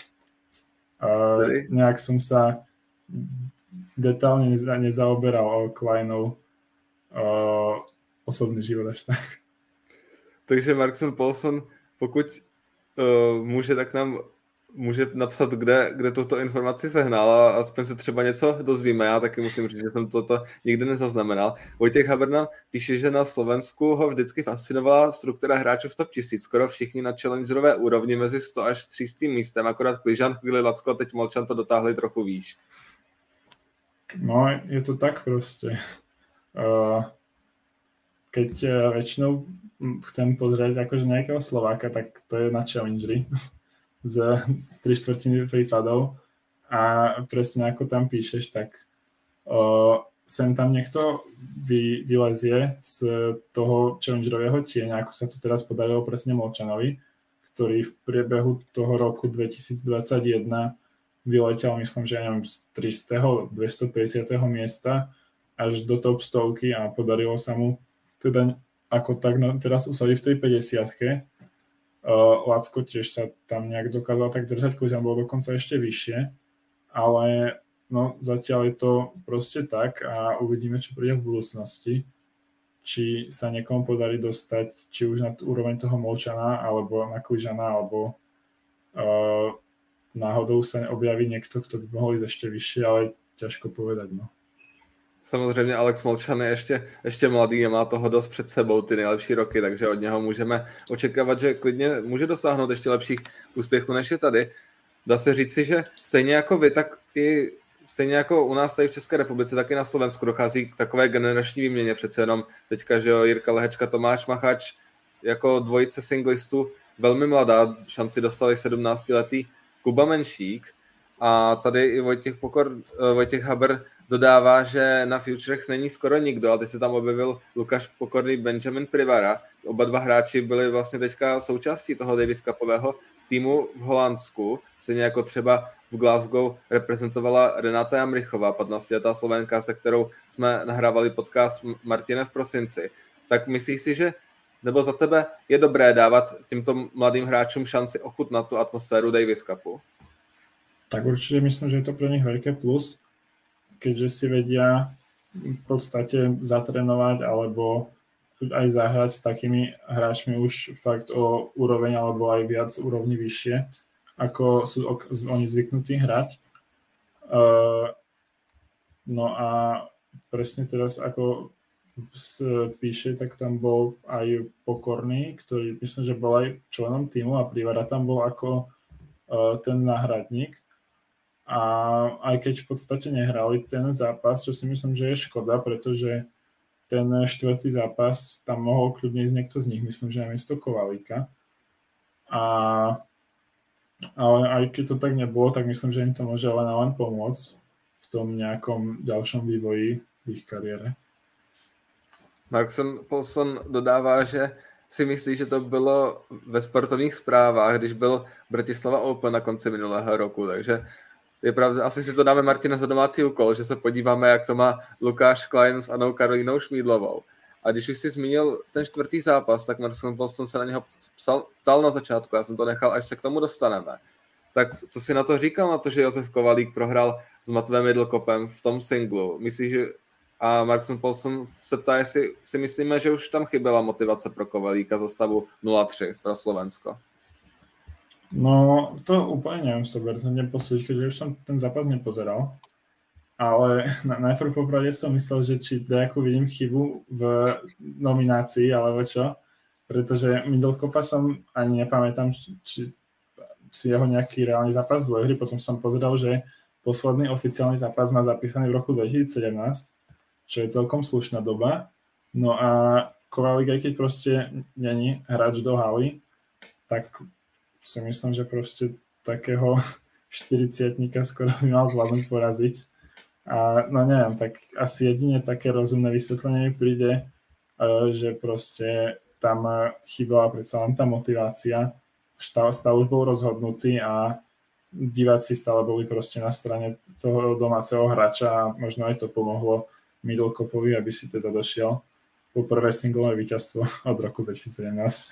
Uh, nejak som sa detálne neza, nezaoberal o Kleinov uh, osobný život až tak. Takže Markson Paulson, pokud uh, může, tak nám může napsat, kde, kde tuto informaci sehnal a aspoň se třeba něco dozvíme. Já taky musím říct, že jsem toto nikdy nezaznamenal. Vojtěch Haber píše, že na Slovensku ho vždycky fascinovala struktura hráčů v top tisíc. Skoro všichni na challengerové úrovni mezi sto až tři stým místem. Akorát Kližan, chvíli Lacko, teď Molčan to dotáhli trochu výš. No, je to tak proste. Uh, keď uh, väčšinou chcem pozrieť akože nejakého Slováka, tak to je na challengeri z tri štvrtiny prípadov a presne ako tam píšeš, tak uh, sem tam niekto vy, vylezie z toho challengerového tieňa, ako sa to teraz podarilo presne Molčanovi, ktorý v priebehu toho roku dvetisícdvadsaťjeden vyletel, myslím, že neviem, z tristého dvestopäťdesiateho miesta až do top stovky a podarilo sa mu teda ako tak no, teraz usadí v tej päťdesiatke. Uh, Lacko tiež sa tam nejak dokázal tak držať, Kližan bol dokonca ešte vyššie, ale no, zatiaľ je to proste tak a uvidíme, čo príde v budúcnosti. Či sa niekomu podarí dostať, či už na úroveň toho Molčana, alebo na Kližana, alebo uh, náhodou sa objaví niekto, kto by mohol ísť ešte vyššie, ale ťažko povedať, no. Samozřejmě Alex Molčan je ještě, ještě mladý a má toho dost před sebou ty nejlepší roky, takže od něho můžeme očekávat, že klidně může dosáhnout ještě lepších úspěchů, než je tady. Dá se říci, že stejně jako vy, tak i stejně jako u nás tady v České republice, tak i na Slovensku dochází k takové generační výměně. Přece jenom teďka, že jo, Jirka Lehečka, Tomáš Machač, jako dvojice singlistů, velmi mladá, šanci dostali sedmnáctiletý Kuba Menšík a tady i Vojtěch, Pokor, Vojtěch Haber dodává, že na futurech není skoro nikdo, a teď se tam objevil Lukáš Pokorný, Benjamin Privara. Oba dva hráči byli vlastně teďka součástí toho Davis Cupového týmu v Holandsku, stejně jako třeba v Glasgow reprezentovala Renata Jamrichová, patnáctiletá Slovenka, se kterou jsme nahrávali podcast Martine v prosinci. Tak myslíš si, že nebo za tebe je dobré dávat těmto mladým hráčům šanci ochutnat tu atmosféru Davis Cupu? Tak určite myslím, že je to pre nich veľké plus, keďže si vedia v podstate zatrénovať alebo aj zahrať s takými hráčmi už fakt o úroveň alebo aj viac úrovni vyššie, ako sú oni zvyknutí hrať. No a presne teraz, ako píše, tak tam bol aj Pokorný, ktorý myslím, že bol aj členom týmu a Privara tam bol ako ten náhradník. A aj keď v podstate nehrali ten zápas, čo si myslím, že je škoda, pretože ten štvrtý zápas tam mohol kľudne ísť niekto z nich, myslím, že namiesto Kovalíka. A, ale aj keď to tak nebolo, tak myslím, že im to môže len a len pomôcť v tom nejakom ďalšom vývoji v ich kariére. Markson Paulson dodává, že si myslí, že to bylo ve sportovních zprávách, když byl Bratislava Open na konci minulého roku, takže je pravda, asi si to dáme, Martina, za domácí úkol, že se podíváme, jak to má Lukáš Klein s Anou Karolínou Šmídlovou. A když už si zmínil ten čtvrtý zápas, tak Marcel Paulson se na něho psal, ptal na začátku, já jsem to nechal, až se k tomu dostaneme. Tak co si na to říkal, na to, že Josef Kovalík prohrál s Matvem Middelkopem v tom singlu? Myslíš, že a Markson Paulson se ptá, jestli si myslíme, že už tam chyběla motivace pro Kovalíka za stavu nula tři pro Slovensko? No, to úplne neviem sto percent posúdiť, keďže už som ten zápas nepozeral. Ale na, najprv popravde som myslel, že či nejakú vidím chybu v nominácii, alebo čo. Pretože Middelkopa som ani nepamätám, či, či si jeho nejaký reálny zápas dvojhry, potom som pozeral, že posledný oficiálny zápas má zapísaný v roku dvetisícsedemnásť, čo je celkom slušná doba. No a Kovalík, aj keď proste není hráč do haly, tak si myslím, že proste takého štyridsiatnika skoro by mal zvládnuť poraziť. A no neviem, tak asi jedine také rozumné vysvetlenie mi príde, že proste tam chýbala predsa len tá motivácia. Stav, stav už bol rozhodnutý a diváci stále boli proste na strane toho domáceho hráča a možno aj to pomohlo Middlecopovi, aby si teda došiel po prvé singlové víťazstvo od roku dvetisícsedemnásť.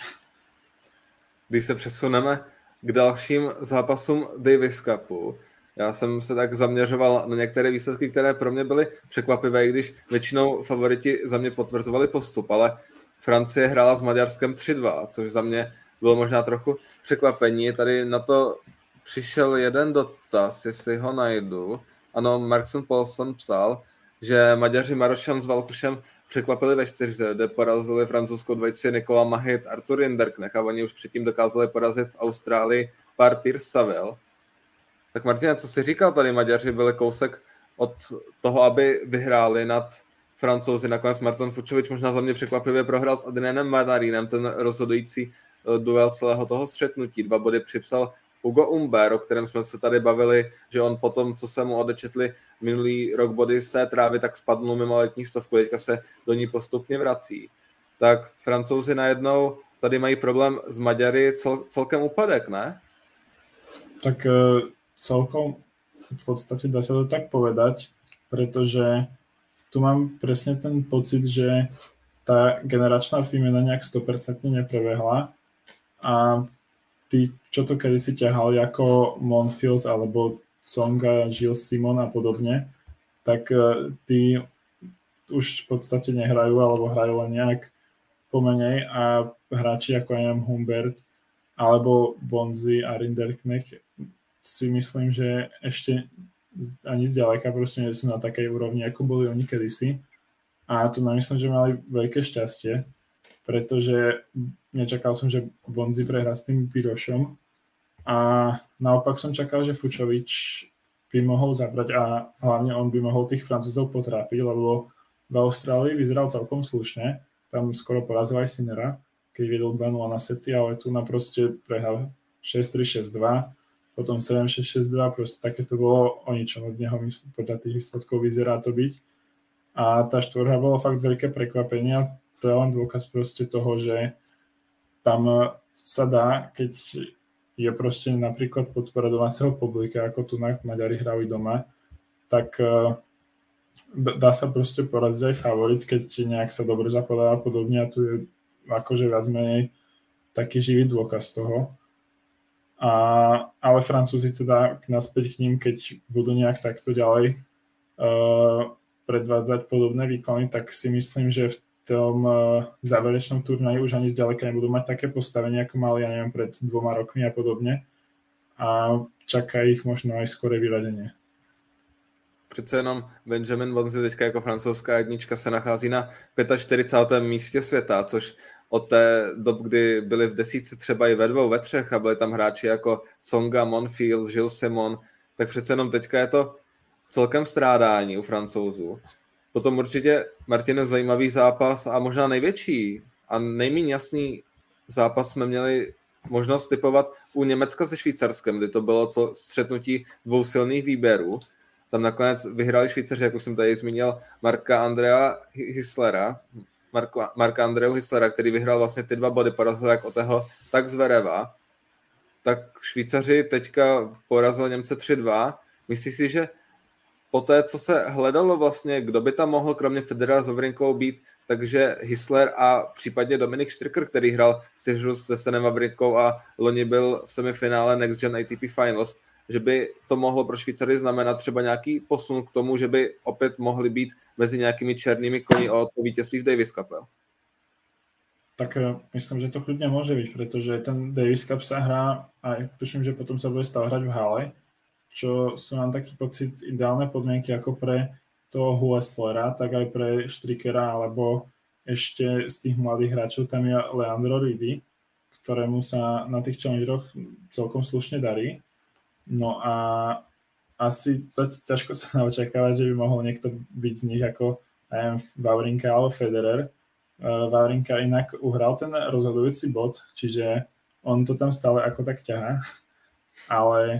Když se přesuneme k dalším zápasům Davis Cupu, já jsem se tak zaměřoval na některé výsledky, které pro mě byly překvapivé, i když většinou favoriti za mě potvrzovali postup, ale Francie hrála s Maďarskem tři dva, což za mě bylo možná trochu překvapení. Tady na to přišel jeden dotaz, jestli ho najdu. Ano, Markson Paulson psal, že Maďaři Marošan s Valkušem překvapili ve čtyřce, kde porazili francouzskou dvojici Nikola Mahit, Artur Rinderknech a oni už předtím dokázali porazit v Austrálii pár Pierce Saville. Tak Martina, co jsi říkal tady? Maďaři byli kousek od toho, aby vyhráli nad Francouzi. Nakonec Marton Fučovič možná za mě překvapivě prohrál s Adrianem Manarínem ten rozhodující duel celého toho střetnutí. Dva body připsal Hugo Umber, o kterém jsme se tady bavili, že on potom, co se mu odečetli minulý rok body z té trávy, tak spadnul mimo letní stovku, teďka se do ní postupně vrací. Tak Francouzi najednou tady mají problém s Maďary, cel, celkem úpadek, ne? Tak celkom v podstate dá sa to tak povedať, pretože tu mám presne ten pocit, že tá generačná výmena nejak sto percent neprebehla a tí, čo to kedysi ťahali ako Monfils alebo Tsonga, Gilles Simon a podobne, tak tí už v podstate nehrajú alebo hrajú len nejak pomenej a hráči ako Jan Humbert alebo Bonzi a Rinderknech si myslím, že ešte ani zďaleka proste nie sú na takej úrovni, ako boli oni kedysi. A tu nám myslím, že mali veľké šťastie, pretože nečakal som, že Bonzi prehrá s tým Pirošom a naopak som čakal, že Fučovič by mohol zabrať a hlavne on by mohol tých Francúzov potrápiť, lebo v Austrálii vyzeral celkom slušne, tam skoro porazil aj Sinera, keď viedol dva nula na sety, ale tu na proste prehral šesť tri šesť dva, potom sedem šesť šesť dva, proste také to bolo o ničom od neho, myslím, podľa tých výsledkov vyzerá to byť. A tá štvorha bolo fakt veľké prekvapenie a to je len dôkaz proste toho, že tam sa dá, keď je proste napríklad podpora domáceho publika, ako tu na Maďari hrali doma, tak dá sa proste poraziť aj favorit, keď nejak sa dobre zapadá a podobne a tu je akože viac menej taký živý dôkaz toho. A, ale Francúzi teda naspäť k ním, keď budú nejak takto ďalej uh, predvádzať podobné výkony, tak si myslím, že v tom uh, záverečnom turnaji už ani zďaleka nebudú mať také postavenie, ako mali, ja neviem, pred dvoma rokmi a podobne. A čaká ich možno aj skore vyradenie. Přece jenom Benjamin Bonzi teďka jako francouzská jednička se nachází na čtyřicátém pátém místě světa, což od té dob, kdy byli v desítce třeba i ve dvou, ve třech a byli tam hráči jako Tsonga, Monfils, Gilles Simon, tak přece jenom teďka je to celkem strádání u Francouzů. Potom určitě, Martine, zajímavý zápas a možná největší a nejméně jasný zápas jsme měli možnost typovat u Německa se Švýcarskem, kdy to bylo co střetnutí dvou silných výběrů. Tam nakonec vyhráli Švýcaři, jak už jsem tady zmínil, Marka Andrea Hislera, Marko, Marka Andreu Hislera, který vyhrál vlastně ty dva body, porazil jak Oteho, tak Zvereva. Tak Švýcaři teďka porazil Němce tři dva. Myslíš si, že po té, co se hledalo vlastně, kdo by tam mohl kromě Federera s Wawrinkou být, takže Hisler a případně Dominik Stricker, který hrál v Syřu se Senem Wawrinkou a loni byl v semifinále Next Gen A T P Finals, že by to mohlo pro Švýcary znamenat třeba nějaký posun k tomu, že by opět mohli být mezi nějakými černými koni o to vítězství v Davis Cup. Tak myslím, že to kľudne môže byť, pretože ten Davis Cup sa hrá a tuším, že potom sa bude stále hrať v hale, čo sú nám taký pocit ideálne podmienky ako pre toho Hueslera, tak aj pre Strickera, alebo ešte z tých mladých hráčov tam je Leandro Ridi, ktorému sa na tých challengeroch celkom slušne darí. No a asi ťažko sa očakávať, že by mohol niekto byť z nich ako aj Wawrinka alebo Federer. Wawrinka inak uhral ten rozhodujúci bod, čiže on to tam stále ako tak ťahá, ale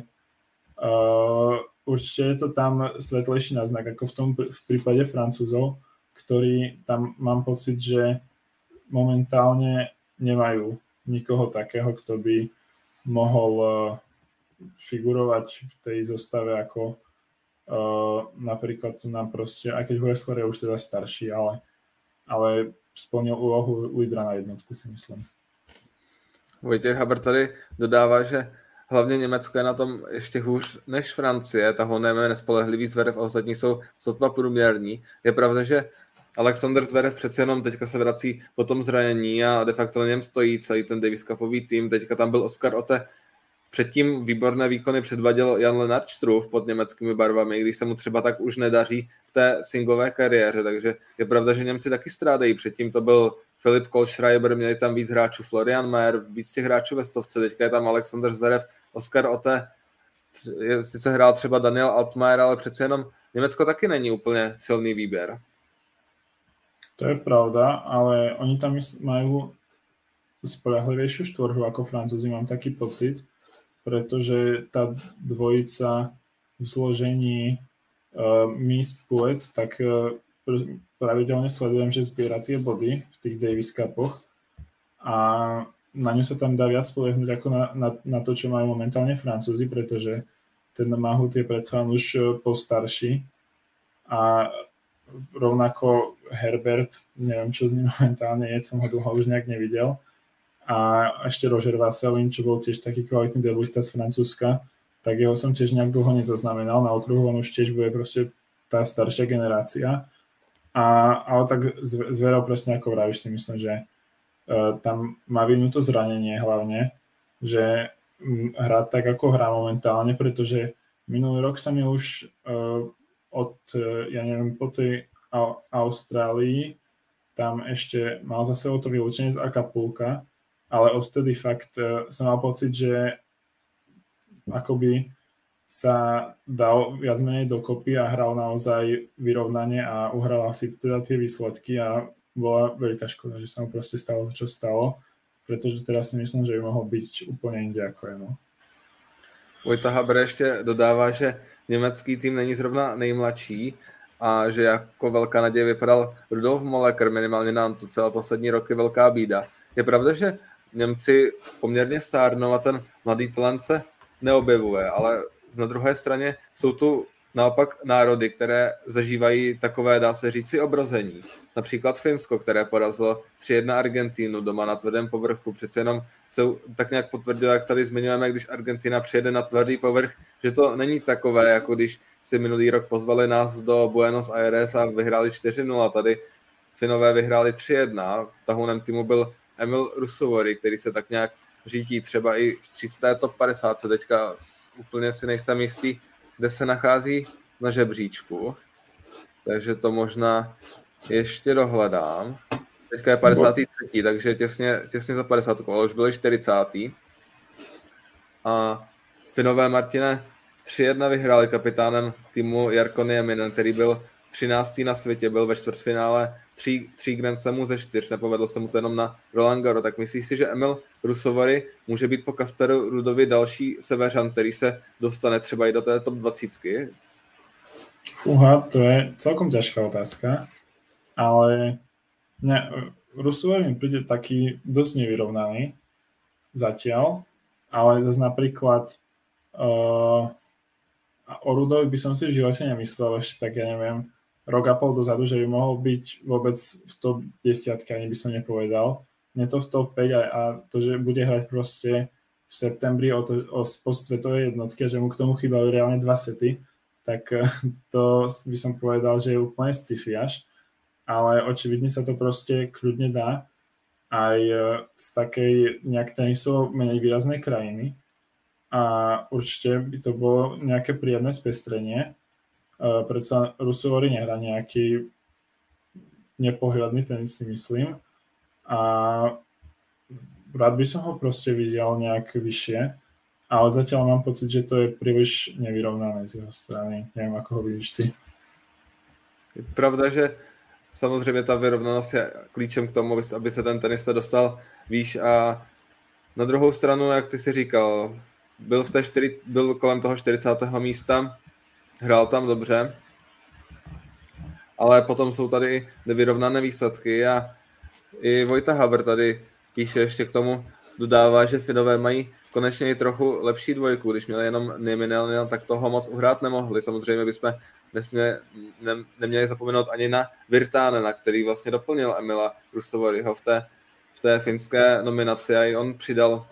uh, určite je to tam svetlejší náznak ako v tom v prípade Francúzov, ktorí tam mám pocit, že momentálne nemajú nikoho takého, kto by mohol uh, figurovať v tej zostave ako uh, napríklad tu nám proste, aj keď Huesler je už teda starší, ale, ale splnil úlohu lídra na jednotku, si myslím. Vojtěch Haber tady dodává, že hlavně Německo je na tom ještě hůř než Francie, ta Honem je nespolehlivý, Zverev a ostatní jsou sotva průměrní. Je pravda, že Alexander Zverev přece jenom teďka se vrací po tom zranění a de facto na něm stojí celý ten Davis Cupový tým. Teďka tam byl Oskar Otte. Předtím výborné výkony předvaděl Jan Lennart Struff pod německými barvami, když se mu třeba tak už nedaří v té singlové kariéře, takže je pravda, že Němci taky strádají. Předtím to byl Filip Kohlschreiber, měli tam víc hráčů, Florian Mayer, víc těch hráčů ve stovce, teďka je tam Alexander Zverev, Oskar Otte, sice hrál třeba Daniel Altmaier, ale přece jenom Německo taky není úplně silný výběr. To je pravda, ale oni tam majú spoľahlivejšiu štvorhu ako Francúzi, mám taký pocit, pretože tá dvojica v zložení uh, Mies Puec, tak uh, pravidelne sledujem, že zbiera tie body v tých Davis Cupoch a na ňu sa tam dá viac spolehnúť ako na, na, na to, čo majú momentálne Francúzi, pretože ten Mahut je predsa už postarší a rovnako Herbert, neviem, čo z ním momentálne je, som ho dlho už nejak nevidel. A ešte Roger Vasselin, čo bol tiež taký kvalitný debuista z Francúzska, tak jeho som tiež nejak dlho nezaznamenal na okruhu, on už tiež bude proste tá staršia generácia. A, ale tak Zverov presne ako vravíš, si myslím, že uh, tam má vinu to zranenie hlavne, že um, hrá tak, ako hrá momentálne, pretože minulý rok sa mi už uh, od, uh, ja neviem, po tej Au- Austrálii tam ešte mal za sebou to vylúčenie z Acapulca, ale odvtedy fakt uh, som mal pocit, že akoby sa dal viac menej dokopy a hral naozaj vyrovnanie a uhral si teda tie výsledky a bola veľká škoda, že sa mu proste stalo to, čo stalo, pretože teraz si myslím, že by mohol byť úplne inde ako je. No. Vojta Haber ještě dodává, že německý tým není zrovna nejmladší a že jako velká naděje vypadal Rudolf Molleker, minimálně nám to celé poslední roky velká bída. Je pravda, že Němci poměrně stárnou a ten mladý talent se neobjevuje, ale na druhé straně jsou tu naopak národy, které zažívají takové, dá se říci, obrození. Například Finsko, které porazilo tři jedna Argentínu doma na tvrdém povrchu. Přece jenom se tak nějak potvrdilo, jak tady zmiňujeme, když Argentina přijede na tvrdý povrch, že to není takové, jako když si minulý rok pozvali nás do Buenos Aires a vyhráli čtyři nula. Tady Finové vyhráli tři jedna. Tahounem týmu byl Emil Rusovory, který se tak nějak řítí třeba i vstříc té top padesát. Teďka úplně si nejsem jistý, kde se nachází na žebříčku. Takže to možná ještě dohledám. Teďka je padesátý třetí, takže těsně, těsně za padesát, ale už byli čtyřicátý. A Finové, Martine, tři jedna vyhráli kapitánem týmu Jarkko Nieminen, který byl třináctý na světě, byl ve čtvrtfinále tří, tří Grand Slamů ze čtyř, nepovedlo se mu to jenom na Roland Garros. Tak myslíš si, že Emil Rusovory může být po Kasperu Rudovi další Seveřan, který se dostane třeba i do té top dvacítky? Fúha, to je celkom ťažká otázka, ale ne, Rusovory mi príde taký dosť nevyrovnaný zatiaľ, ale zase napríklad uh, o Rudovi by som si v živote nemyslel ešte tak, ja neviem, rok a pol dozadu, že by mohol byť vôbec v top desiatke, ani by som nepovedal. Nie to v top päť a, a to, že bude hrať proste v septembri o, to, o post svetovej jednotky a že mu k tomu chýbajú reálne dva sety, tak to by som povedal, že je úplne sci-fi až. Ale očividne sa to proste kľudne dá aj z takej nejak tenisovo menej výraznej krajiny. A určite by to bolo nejaké príjemné spestrenie. Uh, predsa Rusovory nehrá nejaký nepohľadný tenis, si myslím. A rád by som ho proste videl nejak vyššie, ale zatiaľ mám pocit, že to je príliš nevyrovnané z jeho strany. Neviem, ako ho vidíš ty. Je pravda, že samozřejmě ta vyrovnanost je klíčem k tomu, aby se ten tenista dostal výš a na druhou stranu, jak ty si říkal, byl, v té čtyři, byl kolem toho čtyřicátého místa, hrál tam dobře, ale potom jsou tady nevyrovnané výsledky a i Vojta Haber tady píše ještě k tomu, dodává, že Finové mají konečně i trochu lepší dvojku, když měli jenom Nieminen, tak toho moc uhrát nemohli. Samozřejmě bychom nesměli, ne, neměli zapomenout ani na Virtanena, který vlastně doplnil Emila Ruusuvuoriho v té, v té finské nominaci a i on přidal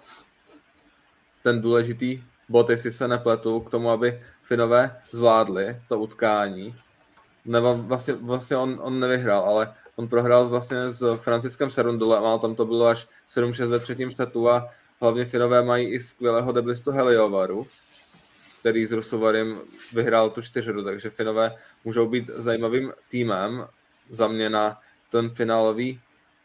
ten důležitý bod, jestli se nepletu, k tomu, aby Finové zvládli to utkání. Nebo vlastně, vlastně on, on nevyhrál, ale on prohrál vlastně s Franciskem Cerundolem, ale tam to bylo až sedm šest ve třetím setu a hlavně Finové mají i skvělého deblistu Heliövaru, který s Ruusuvuoriem vyhrál tu čtyřhru, takže Finové můžou být zajímavým týmem za mě na ten finálový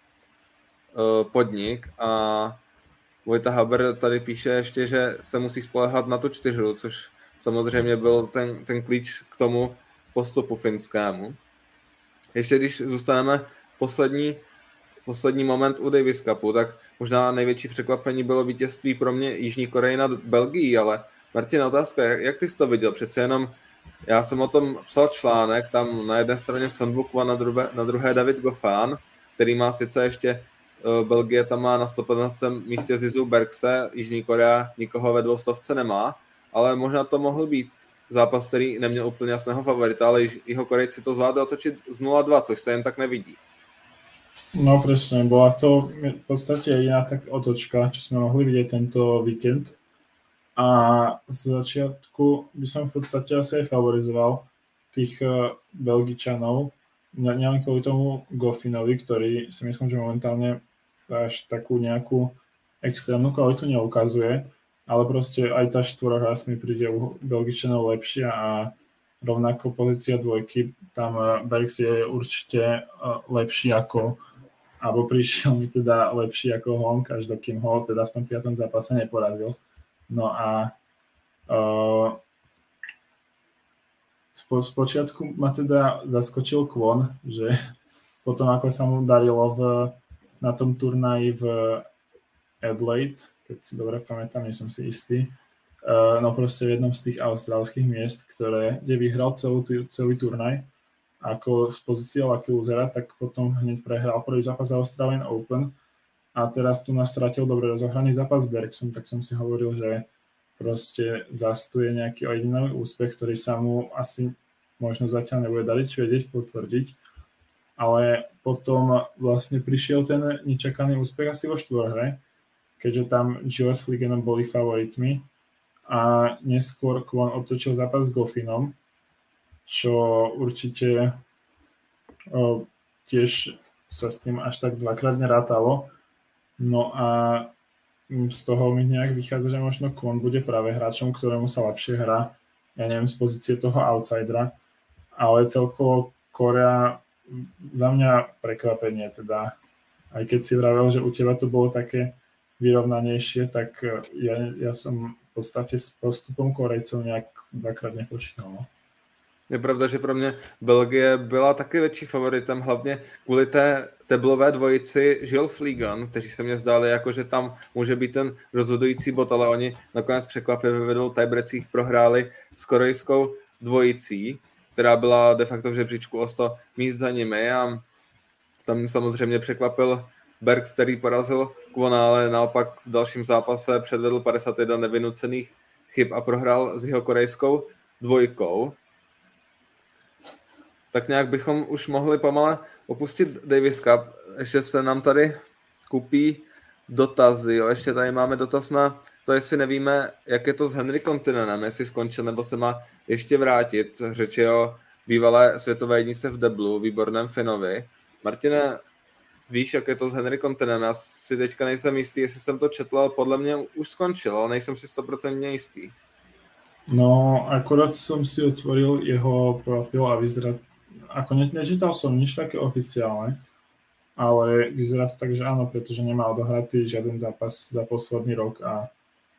uh, podnik a Vojta Haber tady píše ještě, že se musí spoléhat na tu čtyřhru, což samozřejmě byl ten, ten klíč k tomu postupu finskému. Ještě když zůstaneme poslední, poslední moment u Davis Cupu, tak možná největší překvapení bylo vítězství pro mě Jižní Koreji nad Belgií, ale Martin, otázka, jak, jak ty jsi to viděl? Přece jenom já jsem o tom psal článek, tam na jedné straně Son Bukwan, na druhé, na druhé David Goffin, který má sice ještě uh, Belgie tam má na sto patnáctém místě Zizu Bergse, Jižní Korea nikoho ve dvoustovce nemá, ale možná to mohl být zápas, který neměl úplně jasného favorita, ale jeho Korejci to zvládli otočit z nula dva, což se jen tak nevidí. No presne, bola to v podstate jediná tak otočka, čo sme mohli vidieť tento víkend. A z začiatku by som v podstate asi aj favorizoval tých Belgičanov, nielen kvôli tomu Goffinovi, ktorý si myslím, že momentálne až takú nejakú extrémnu kvalitu neukazuje, ale proste aj tá štvorhras mi príde u Belgičanov lepšia a rovnako pozícia dvojky, tam Bergs je určite lepší ako, alebo prišiel mi teda lepší ako Honk, až dokým ho teda v tom piatom zápase neporazil. No a uh, z počiatku ma teda zaskočil Kwon, že potom ako sa mu darilo v, na tom turnaji v Adelaide, keď si dobre pamätám, nie som si istý, uh, no proste v jednom z tých austrálskych miest, ktoré, kde vyhral celú, celý turnaj ako z pozície lucky losera, tak potom hneď prehral prvý zápas Australian Open a teraz tu nastratil dobre rozohraný zápas s Bergsom, tak som si hovoril, že proste zastuje nejaký ojedinelý úspech, ktorý sa mu asi možno zatiaľ nebude dariť vedieť, potvrdiť, ale potom vlastne prišiel ten nečakaný úspech asi vo štvorhre, keďže tam Gilles s Fligenom boli favoritmi a neskôr Kwon otočil zápas s Goffinom, čo určite o, tiež sa s tým až tak dvakrát nerátalo. No a z toho mi nejak vychádza, že možno Kwon bude práve hráčom, ktorému sa lepšie hrá, ja neviem, z pozície toho outsidera, ale celkovo Korea za mňa prekvapenie, teda aj keď si vravel, že u teba to bolo také vyrovnanejšie, tak ja, ja som v podstate s postupom Korejcov nejak dvakrát nepočítal. No. Je pravda, že pro mě Belgie byla taky větší favoritem, hlavně kvůli té teblové dvojici Gilles Fliegen, kteří se mě zdáli, jako, že tam může být ten rozhodující bod, ale oni nakonec překvapivě ve dvou tiebreakích prohráli s korejskou dvojicí, která byla de facto v žebříčku o sto míst za nimi a tam samozřejmě překvapil Bergs, který porazil Kwona, ale naopak v dalším zápase předvedl padesát jedna nevynucených chyb a prohrál s jeho korejskou dvojkou. Tak nějak bychom už mohli pomale opustit Davis Cup. Ještě se nám tady kupí dotazy. Jo. Ještě tady máme dotaz na to, jestli nevíme, jak je to s Henry Kontinenem, jestli skončil nebo se má ještě vrátit. Řeč je o bývalé světové jedničce v deblu, výborném Finovi. Martine, víš, jak je to s Henry Kontinem? Já si teďka nejsem jistý, jestli jsem to četl, ale podle mě už skončil, ale nejsem si sto procent jistý. No, akorát som si otvoril jeho profil a vyzerá, ako ne, nečítal som nič také oficiálne, ale vyzerá to tak, že áno, pretože nemá odohratý žiaden zápas za posledný rok a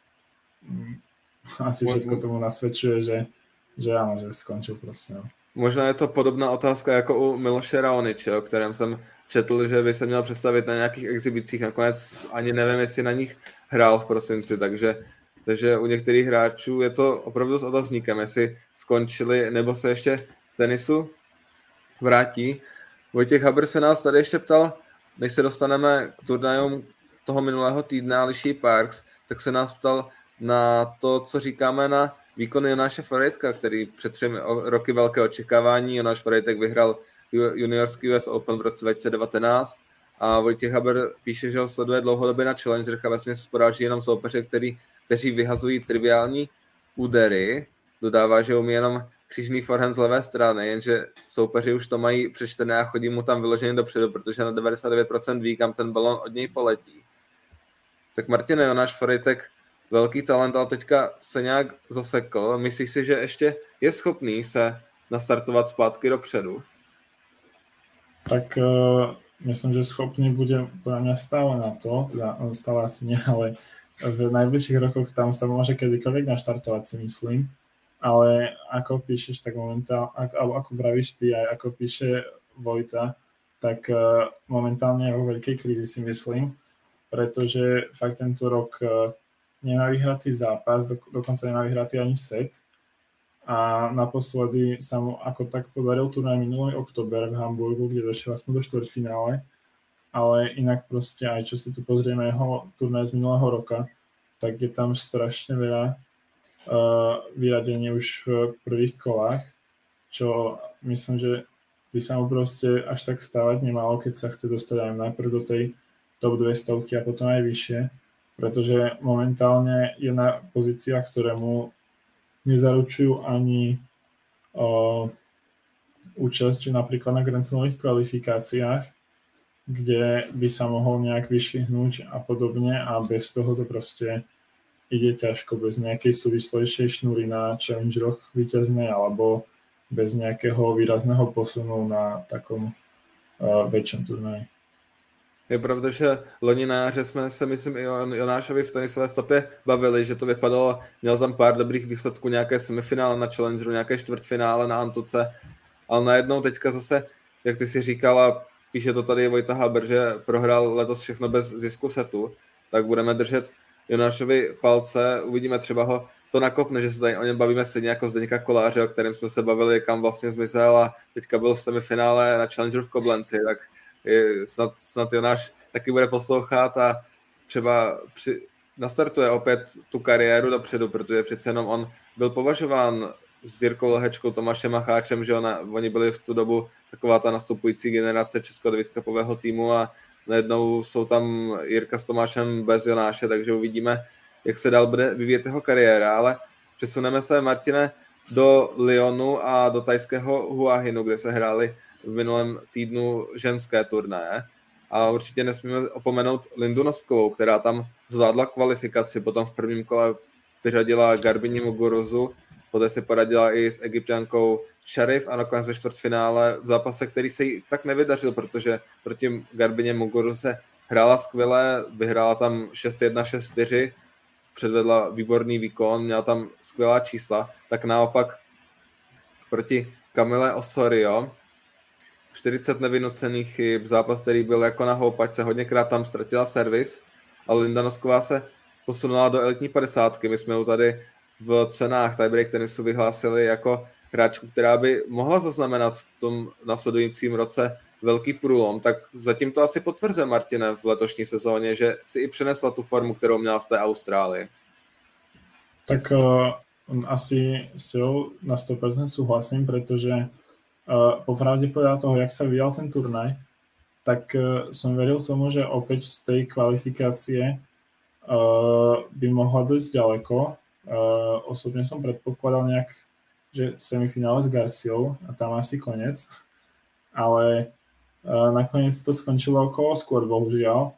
asi všetko tomu nasvedčuje, že, že áno, že skončil proste. No. Možná je to podobná otázka jako u Miloše Raoniče, o kterém jsem četl, že by se měl představit na nějakých exhibicích. Nakonec ani nevím, jestli na nich hrál v prosinci, takže, takže u některých hráčů je to opravdu s otazníkem, jestli skončili nebo se ještě v tenisu vrátí. Vojtěch Haber se nás tady ještě ptal, než se dostaneme k turnajům toho minulého týdne Alicia Parks, tak se nás ptal na to, co říkáme na výkon Jonáše Ferejtka, který před třemi roky velké očekávání. Jonáš Ferejtek vyhrál juniorský U S Open v roce dva tisíce devatenáct a Vojtěch Haber píše, že ho sleduje dlouhodobě na Challengerech a vlastně poráží jenom soupeře, který, kteří vyhazují triviální údery. Dodává, že umí jenom křížný forehand z levé strany, jenže soupeři už to mají přečtené a chodí mu tam vyloženě dopředu, protože na devadesát devět procent ví, kam ten balon od něj poletí. Tak Martine, Jonáš Ferejtek velký talent, ale teďka se nějak zasekl. Myslíš si, že ještě je schopný se nastartovat zpátky dopředu? Tak uh, myslím, že schopný bude podľa mňa stále na to, teda stále asi nie, ale v najbližších rokoch tam sa môže kedykoľvek naštartovať, si myslím. Ale ako píšeš, tak momentálne, ako, ako vravíš ty, aj ako píše Vojta, tak uh, momentálne je vo veľkej krízi, si myslím, pretože fakt tento rok uh, nemá vyhratý zápas, do, dokonca nemá vyhratý ani set. A naposledy sa mu ako tak podaril turnaj minulý október v Hamburgu, kde došiel aspoň do štvrťfinále. Ale inak proste aj čo si tu pozrieme jeho turnaj z minulého roka, tak je tam strašne veľa uh, vyradení už v prvých kolách, čo myslím, že by sa mu proste až tak stávať nemalo, keď sa chce dostať aj najprv do tej top dvestovky a potom aj vyššie, pretože momentálne je na pozíciách, ktoré mu nezaručujú ani uh, účasť napríklad na Grand Slamových kvalifikáciách, kde by sa mohol nejak vyšvihnúť a podobne a bez toho to proste ide ťažko, bez nejakej súvislejšej šnúry na challengeroch víťaznej alebo bez nejakého výrazného posunu na takom uh, väčšom turnaji. Je pravda, že loni na jaře jsme se, myslím, i o Jonášovi v tenisové stopě bavili, že to vypadalo, měl tam pár dobrých výsledků, nějaké semifinále na Challengeru, nějaké čtvrtfinále na Antuce, ale najednou teďka zase, jak ty si říkala, píše to tady Vojta Haber, že prohrál letos všechno bez zisku setu, tak budeme držet Jonášovi palce, uvidíme, třeba ho to nakopne, že se tady o něm bavíme stejně jako Zdeňka Koláře, o kterém jsme se bavili, kam vlastně zmizel a teďka byl v semifinále na Challengeru v Koblenci, tak snad, snad Jonáš taky bude poslouchat a třeba při, nastartuje opět tu kariéru dopředu, protože přece jenom on byl považován s Jirkou Lehečkou, Tomášem Macháčem, že ona, oni byli v tu dobu taková ta nastupující generace česko-dvojskapového týmu a najednou jsou tam Jirka s Tomášem bez Jonáše, takže uvidíme, jak se dál bude vyvíjet jeho kariéra, ale přesuneme se, Martine, do Lyonu a do tajského Hua Hinu, kde se hráli v minulém týdnu ženské turnaje. A určitě nesmíme opomenout Lindu Noskovou, která tam zvládla kvalifikaci, potom v prvním kole vyřadila Garbini Muguruzu, poté se poradila i s Egypťankou Sharif a nakonec ve čtvrtfinále v zápase, který se jí tak nevydařil, protože proti Garbině Muguruze hrála skvěle, vyhrála tam šest jedna, šest čtyři, předvedla výborný výkon, měla tam skvělá čísla, tak naopak proti Kamile Osorio čtyřicet nevynucených chyb, zápas, který byl jako na houpačce, hodněkrát tam ztratila servis, ale Linda Nosková se posunula do elitní padesátky. My jsme ju tady v cenách tiebreak tenisu vyhlásili jako hráčku, která by mohla zaznamenat v tom nasledujícím roce velký průlom, tak zatím to asi potvrzuje Martine v letošní sezóně, že si i přenesla tu formu, kterou měla v té Austrálii. Tak uh, asi s tou na sto percent súhlasím, pretože Uh, popravde podľa toho, jak sa vyvíjal ten turnaj, tak uh, som veril tomu, že opäť z tej kvalifikácie uh, by mohla dojsť ďaleko. Uh, osobne som predpokladal nejak, že semifinále s Garciou a tam asi koniec, ale uh, nakoniec to skončilo okolo skôr, bohužiaľ.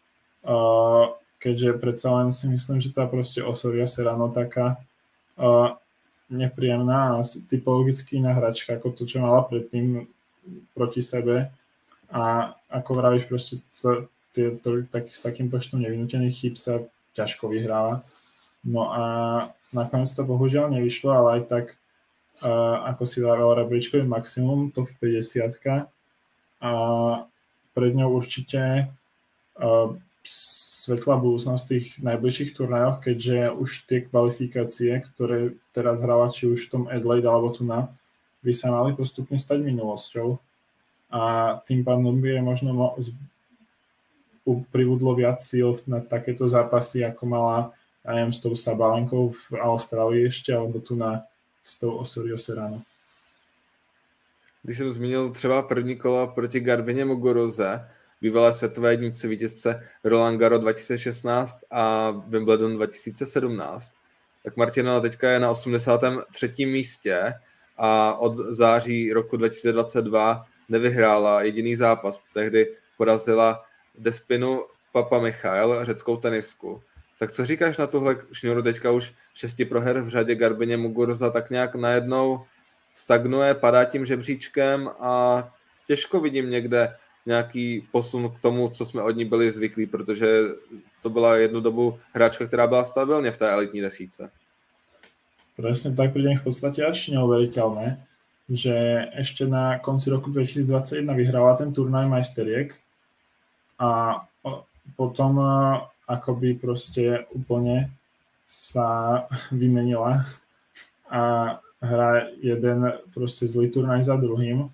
Uh, keďže predsa len si myslím, že tá proste Osorio Serrano taká uh, nepríjemná a typologicky iná hračka ako to, čo mala predtým proti sebe a ako vravíš, proste to, to, to, tak, s takým počtom nevinútených chýb sa ťažko vyhráva. No a nakoniec to bohužiaľ nevyšlo, ale aj tak uh, ako si dával rebríčkový maximum, top päťdesiat a pred ňou určite uh, svetlá budúcnosť v tých najbližších turnajoch, keďže už tie kvalifikácie, ktoré teraz hrala či už v tom Adelaide alebo tu na, by sa mali postupne stať minulosťou a tým pádom by je možno mo- pribudlo viac síl na takéto zápasy, ako mala, ja neviem, s tou Sabalenkou v Austrálii ešte, alebo tu na s tou Osorio Serrano. Když jsem zmínil třeba první kolo proti Garbině Muguruze, bývalé světové jednice vítězce Roland Garros dva tisíce šestnáct a Wimbledon dva tisíce sedmnáct, tak Martina teďka je na osmdesátém třetím místě a od září roku dva tisíce dvacet dva nevyhrála jediný zápas. Tehdy porazila Despinu Papa Michael, řeckou tenisku. Tak co říkáš na tuhle šňůru teďka už šesti proher v řadě Garbině Muguruza tak nějak najednou stagnuje, padá tím žebříčkem a těžko vidím někde nějaký posun k tomu, co jsme od ní byli zvyklí, protože to byla jednu dobu hráčka, která byla stabilně v té elitní desítce. Presne tak, príde mi v podstate až neuveriteľné, že ešte na konci roku dvetisícdvadsaťjeden vyhrala ten turnaj majsteriek a potom akoby proste úplne sa vymenila a hrá jeden proste zlý turnaj za druhým.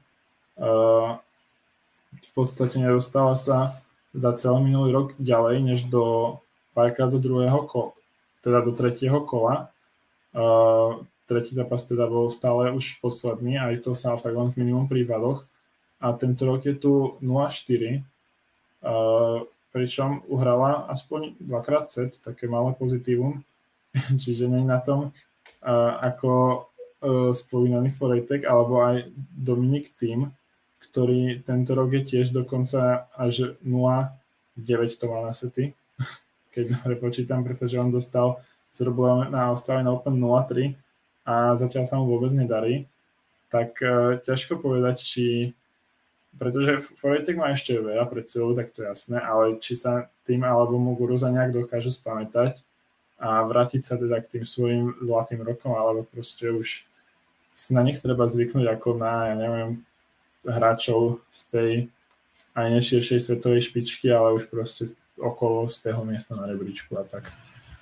V podstate nedostala sa za celý minulý rok ďalej, než do párkrát do druhého kola, teda do tretieho kola. Uh, tretí zápas teda bol stále už posledný, aj to sa fakt len v minimum prípadoch. A tento rok je tu nula štyri, uh, pričom uhrala aspoň dvakrát set, také malé pozitívum, čiže nie na tom uh, ako uh, spomínaný Forejtek, alebo aj Dominik Thiem, ktorý tento rok je tiež dokonca až nula deväť to má na sety, keď dobre počítam, pretože on dostal zrobil na Australian Open nula tri a zatiaľ sa mu vôbec nedarí, tak uh, ťažko povedať, či pretože Forejtek má ešte veľa pred sebou, tak to je jasné, ale či sa Thiem alebo Muguruza nejak dokážu spamätať a vrátiť sa teda k tým svojim zlatým rokom, alebo proste už si na nich treba zvyknúť ako na, ja neviem, hráčov z tej aj neširšej svetovej špičky, ale už proste okolo z tého miesta na rebríčku a tak.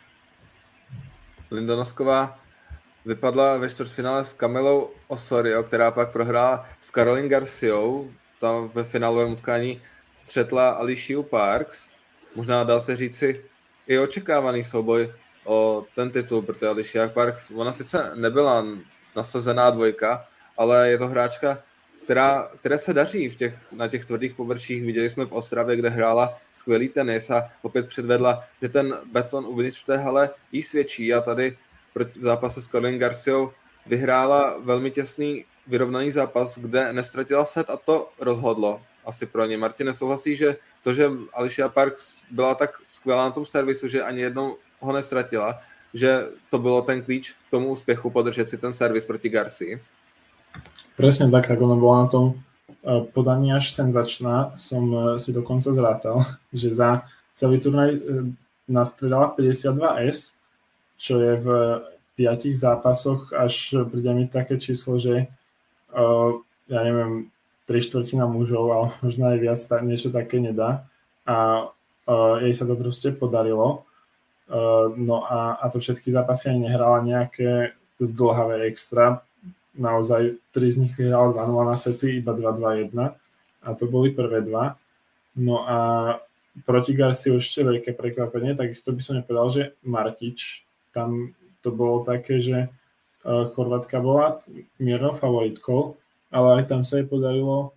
Linda Nosková vypadla ve čtvrtfinále s Camilou Osorio, která pak prohrála s Caroline Garciou. Tam ve finálovém utkání střetla Alicia Parks. Možná dá se říci i očekávaný souboj o ten titul, protože Alicia Parks, ona sice nebyla nasazená dvojka, ale je to hráčka, která, které se daří v těch, na těch tvrdých površích. Viděli jsme v Ostravě, kde hrála skvělý tenis a opět předvedla, že ten beton uvnitř v té hale jí svědčí a tady proti zápase s Caroline Garciou vyhrála velmi těsný vyrovnaný zápas, kde nestratila set a to rozhodlo asi pro ně. Martin, souhlasí, že to, že Alicia Parks byla tak skvělá na tom servisu, že ani jednou ho nestratila, že to bylo ten klíč k tomu úspěchu podržet si ten servis proti Garcii? Presne tak, tak ona bola na tom podaní až senzačná. Som si dokonca zrátal, že za celý turnaj nastredala päťdesiatdva es, čo je v piatich zápasoch, až príde mi také číslo, že ja neviem, tri štvrtina mužov, ale možno aj viac, niečo také nedá. A jej sa to proste podarilo. No a, a to všetky zápasy aj nehrala nejaké zdĺhavé extra. Naozaj tri z nich vyhrala dva nula na sety, iba dva dva jeden a to boli prvé dva. No a proti Garcii ešte veľké prekvapenie, takisto by som nepovedal, že Martič, tam to bolo také, že Chorvátka bola miernou favoritkou, ale aj tam sa jej podarilo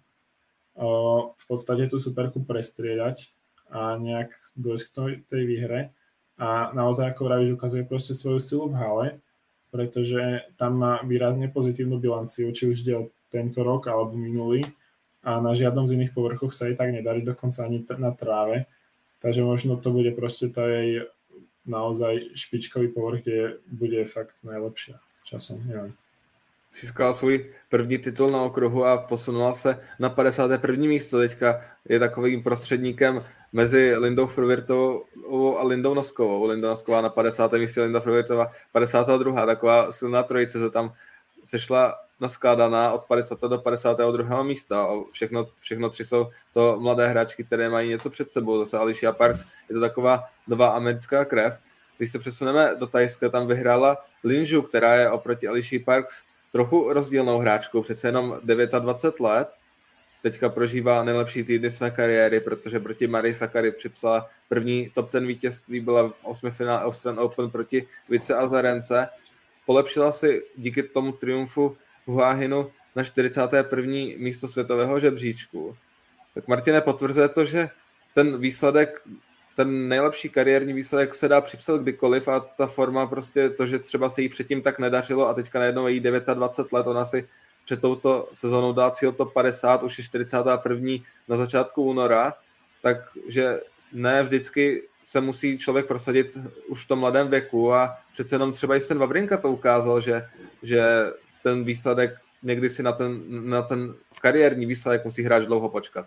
v podstate tú superku prestriedať a nejak dojsť k tej výhre a naozaj, ako vravíš, ukazuje proste svoju silu v hale, pretože tam má výrazne pozitívnu bilanciu, či už ide o tento rok alebo minulý a na žiadnom z iných povrchoch sa jej tak nedarí, dokonca ani na tráve. Takže možno to bude proste tá jej naozaj špičkový povrch, kde bude fakt najlepšia časom, neviem. získala svůj první titul na okruhu a posunula se na padesáté první místo. Teďka je takovým prostředníkem mezi Lindou Fruhvirtovou a Lindou Noskovou. Linda Nosková na padesátém místě, Linda Fruhvirtová padesátá druhá Taková silná trojice se tam sešla naskládaná od padesátého do padesátého druhého místa. A všechno, všechno tři jsou to mladé hráčky, které mají něco před sebou. Zase Alicia Parks, je to taková nová americká krev. Když se přesuneme do Thajska, tam vyhrála Lin Zhu, která je oproti Alicia Parks trochu rozdílnou hráčkou, přece jenom dvacet devět let. Teďka prožívá nejlepší týdny své kariéry, protože proti Marii Sakkari připsala první top ten vítězství, byla v osmifinále Australian Open proti Vice Azarence. Polepšila si díky tomu triumfu v Huahinu na čtyřicáté první místo světového žebříčku. Tak Martine, potvrzuje to, že ten výsledek, ten nejlepší kariérní výsledek se dá připsat kdykoliv a ta forma prostě to, že třeba se jí předtím tak nedařilo a teďka najednou jí dvacet devět let, ona si před touto sezónou dá cíl top padesát, už je čtyřicátá první na začátku února, takže ne vždycky se musí člověk prosadit už v tom mladém věku a přece jenom třeba i ten Wawrinka to ukázal, že, že ten výsledek někdy si na ten, na ten kariérní výsledek musí hráč dlouho počkat.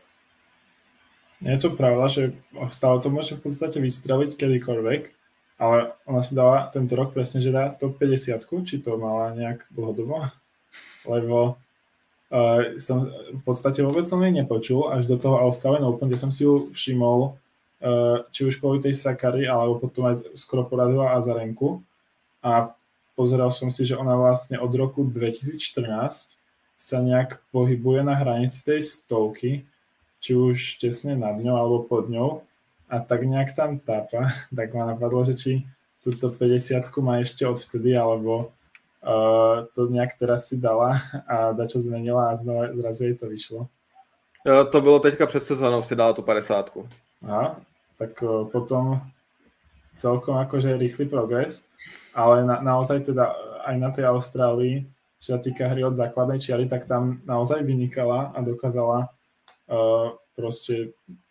Je to pravda, že stále to môže v podstate vystreliť kedykoľvek, ale ona si dala tento rok presne, že dá top päťdesiat, či to mala nejak dlhodobo? Lebo uh, som v podstate vôbec som jej nepočul až do toho Australian Open, kde som si ju všimol, uh, či už kvôli tej Sakkari, alebo potom aj skoro poradila Azarenku. A pozeral som si, že ona vlastne od roku dvetisícštrnásť sa nejak pohybuje na hranici tej stovky, či už tesne nad ňou alebo pod ňou a tak nejak tam tápa, tak ma napadlo, že či túto päťdesiatku má ešte odvtedy, alebo uh, to nejak teraz si dala a dačo zmenila a znova, zrazu jej to vyšlo. Jo, to bylo teďka před sezónou, si dala tu padesátku. Aha, tak uh, potom celkom akože rýchly progres, ale na, naozaj teda aj na tej Austrálii, čo sa týka hry od základnej čiary, tak tam naozaj vynikala a dokázala Uh, proste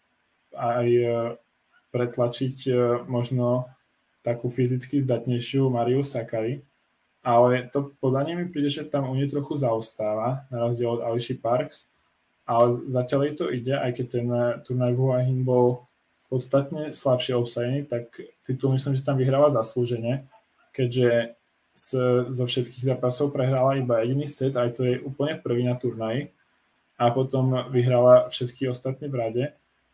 aj uh, pretlačiť uh, možno takú fyzicky zdatnejšiu Mariu Sakkari, ale to podanie mi príde, že tam u nej trochu zaostáva, na rozdiel od Alicia Parks, ale zatiaľ jej to ide, aj keď ten uh, turnaj v Huahin bol podstatne slabšie obsadený, tak titul myslím, že tam vyhráva zaslúžene, keďže z, zo všetkých zápasov prehrala iba jediný set, aj to je úplne prvý na turnaji, a potom vyhrala všetky ostatní v rade.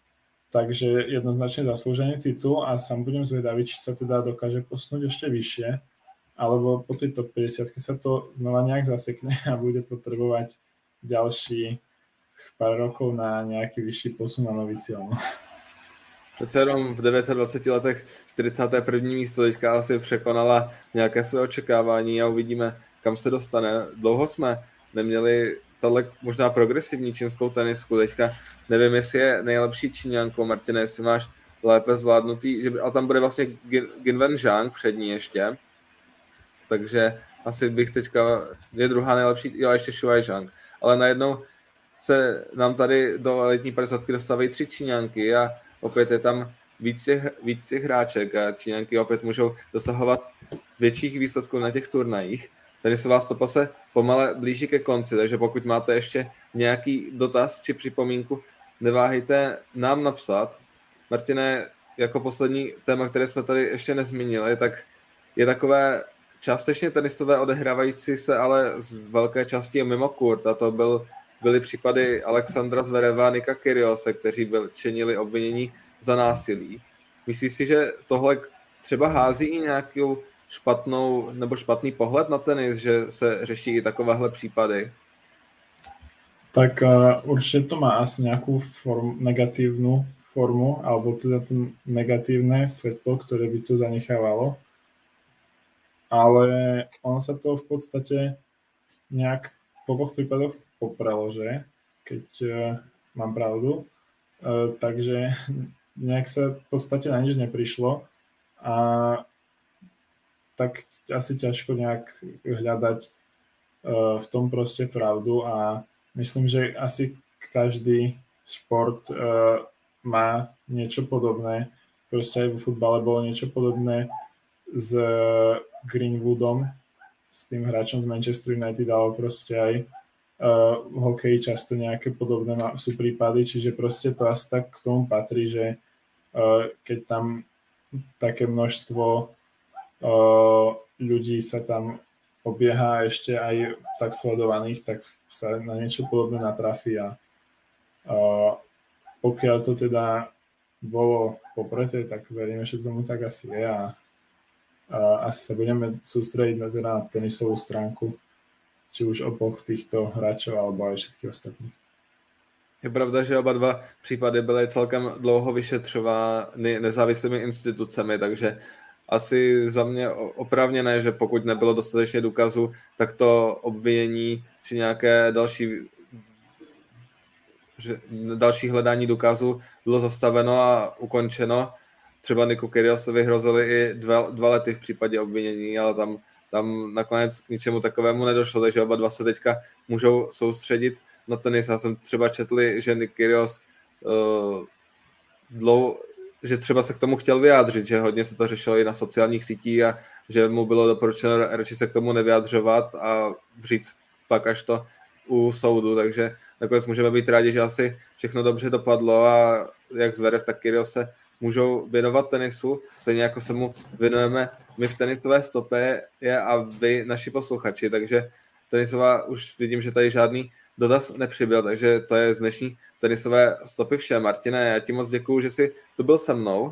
Takže jednoznačne zaslúžený titul a sám budem zvedavý, či sa teda dokáže posunúť ešte vyššie, alebo po tej top päťdesiatke sa to znova nejak zasekne a bude potrebovať ďalší pár rokov na nejaký vyšší posun na nový cieľ. Přece jenom v dvaceti devíti letech čtyřicáté první místo teďka asi překonala nějaké své očekávání a uvidíme, kam se dostane. Dlouho jsme neměli tohle možná progresivní čínskou tenisku. Teďka nevím, jestli je nejlepší Číňankou, Martine, jestli máš lépe zvládnutý, že, ale tam bude vlastně Ginwen Zhang před ní ještě, takže asi bych teďka, je druhá nejlepší, jo, ještě Shuai Zhang, ale najednou se nám tady do elitní padesátky dostávají tři Číňanky a opět je tam víc těch, víc těch hráček a Číňanky opět můžou dosahovat větších výsledků na těch turnajích. Tenisová stopa se pomale blíží ke konci, takže pokud máte ještě nějaký dotaz či připomínku, neváhejte nám napsat. Martine, jako poslední téma, které jsme tady ještě nezmínili, tak je takové částečně tenisové odehrávající se, ale z velké části mimo kurt, a to byl, byly případy Alexandra Zvereva a Nika Kyrgiose, kteří byl, činili obvinění za násilí. Myslíš si, že tohle třeba hází i nějakou špatnou nebo špatný pohled na tenis, že se řeší i takovéhle případy? Tak uh, určite to má asi nejakú form, negatívnu formu, alebo teda to negatívne svetlo, ktoré by to zanechávalo. Ale ono sa to v podstate nejak v oboch prípadoch poprelo, že? Keď uh, mám pravdu. Uh, takže nejak sa v podstate na nič neprišlo a tak asi ťažko nejak hľadať uh, v tom proste pravdu a myslím, že asi každý šport uh, má niečo podobné. Proste aj vo futbale bolo niečo podobné s Greenwoodom, s tým hráčom z Manchester United, ale proste aj uh, v hokeji často nejaké podobné sú prípady, čiže proste to asi tak k tomu patrí, že uh, keď tam také množstvo uh, ľudí sa tam obieha ešte aj tak sledovaných, tak sa na niečo podobné natrafí a uh, pokiaľ to teda bolo popreté, tak veríme, že tomu tak asi je a a asi sa budeme sústrediť na, teda na tenisovú stránku, či už oboch týchto hráčov, alebo aj všetkých ostatných. Je pravda, že oba dva případy byly celkem dlouho vyšetřovány nezávislými institucemi, takže asi za mě oprávněné, že pokud nebylo dostatečně důkazů, tak to obvinění či nějaké další, že další hledání důkazů bylo zastaveno a ukončeno. Třeba Niku Kyrgiasovi hrozili i dva, dva lety v případě obvinění, ale tam, tam nakonec k ničemu takovému nedošlo, takže oba dva se teďka můžou soustředit na tenis. Já jsem třeba četli, že Nick Kyrgios uh, dlou, že třeba se k tomu chtěl vyjádřit, že hodně se to řešilo i na sociálních sítích a že mu bylo doporučeno radši se k tomu nevyjadřovat a říct pak až to u soudu, takže nakonec můžeme být rádi, že asi všechno dobře dopadlo a jak Zverev, tak Kyrgios se můžou věnovat tenisu, stejně jako se mu věnujeme my v tenisové stopě je a vy, naši posluchači, takže tenisová už vidím, že tady žádný dotaz nepřibyl, takže to je z dnešní tenisové stopy vše. Martine, já ti moc děkuju, že jsi tu byl se mnou.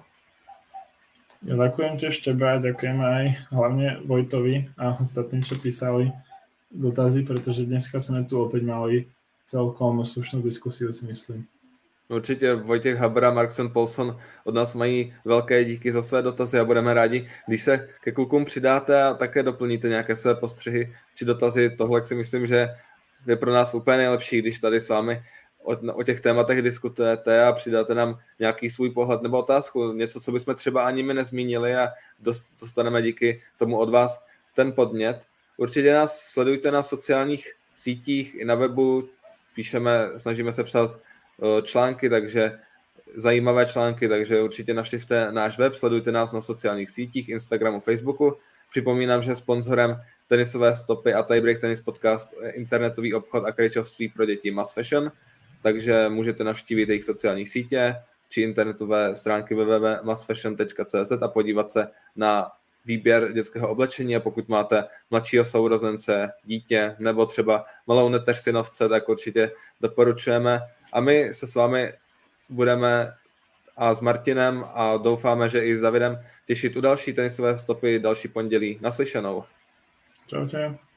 Ja ďakujem tiež tebe a ďakujem aj hlavne Vojtovi a ostatným, čo písali dotazy, pretože dneska sme tu opäť mali celkom slušnú diskusiu, si myslím. Určitě Vojtěch Haber a Marksen Paulson od nás mají velké díky za své dotazy a budeme rádi, když se ke klukům přidáte a také doplníte nějaké své postřehy či dotazy. Tohle si myslím, že je pro nás úplně nejlepší, když tady s vámi o, o těch tématech diskutujete a přidáte nám nějaký svůj pohled nebo otázku, něco, co bychom třeba ani my nezmínili a dostaneme díky tomu od vás ten podnět. Určitě nás sledujte na sociálních sítích i na webu, píšeme, snažíme se psát články, takže zajímavé články, takže určitě navštivte náš web, sledujte nás na sociálních sítích, Instagramu, Facebooku. Připomínám, že sponzorem tenisové stopy a Tiebreak Tennis Podcast je internetový obchod a krejčovství pro děti Mass Fashion, takže můžete navštívit jejich sociální sítě či internetové stránky w w w tečka mass fashion tečka c z a podívat se na výběr dětského oblečení a pokud máte mladšího sourozence, dítě nebo třeba malou neteř synovce, tak určitě doporučujeme. A my se s vámi budeme a s Martinem a doufáme, že i s Davidem těšit u další tenisové stopy další pondělí. Naslyšenou. Čaute.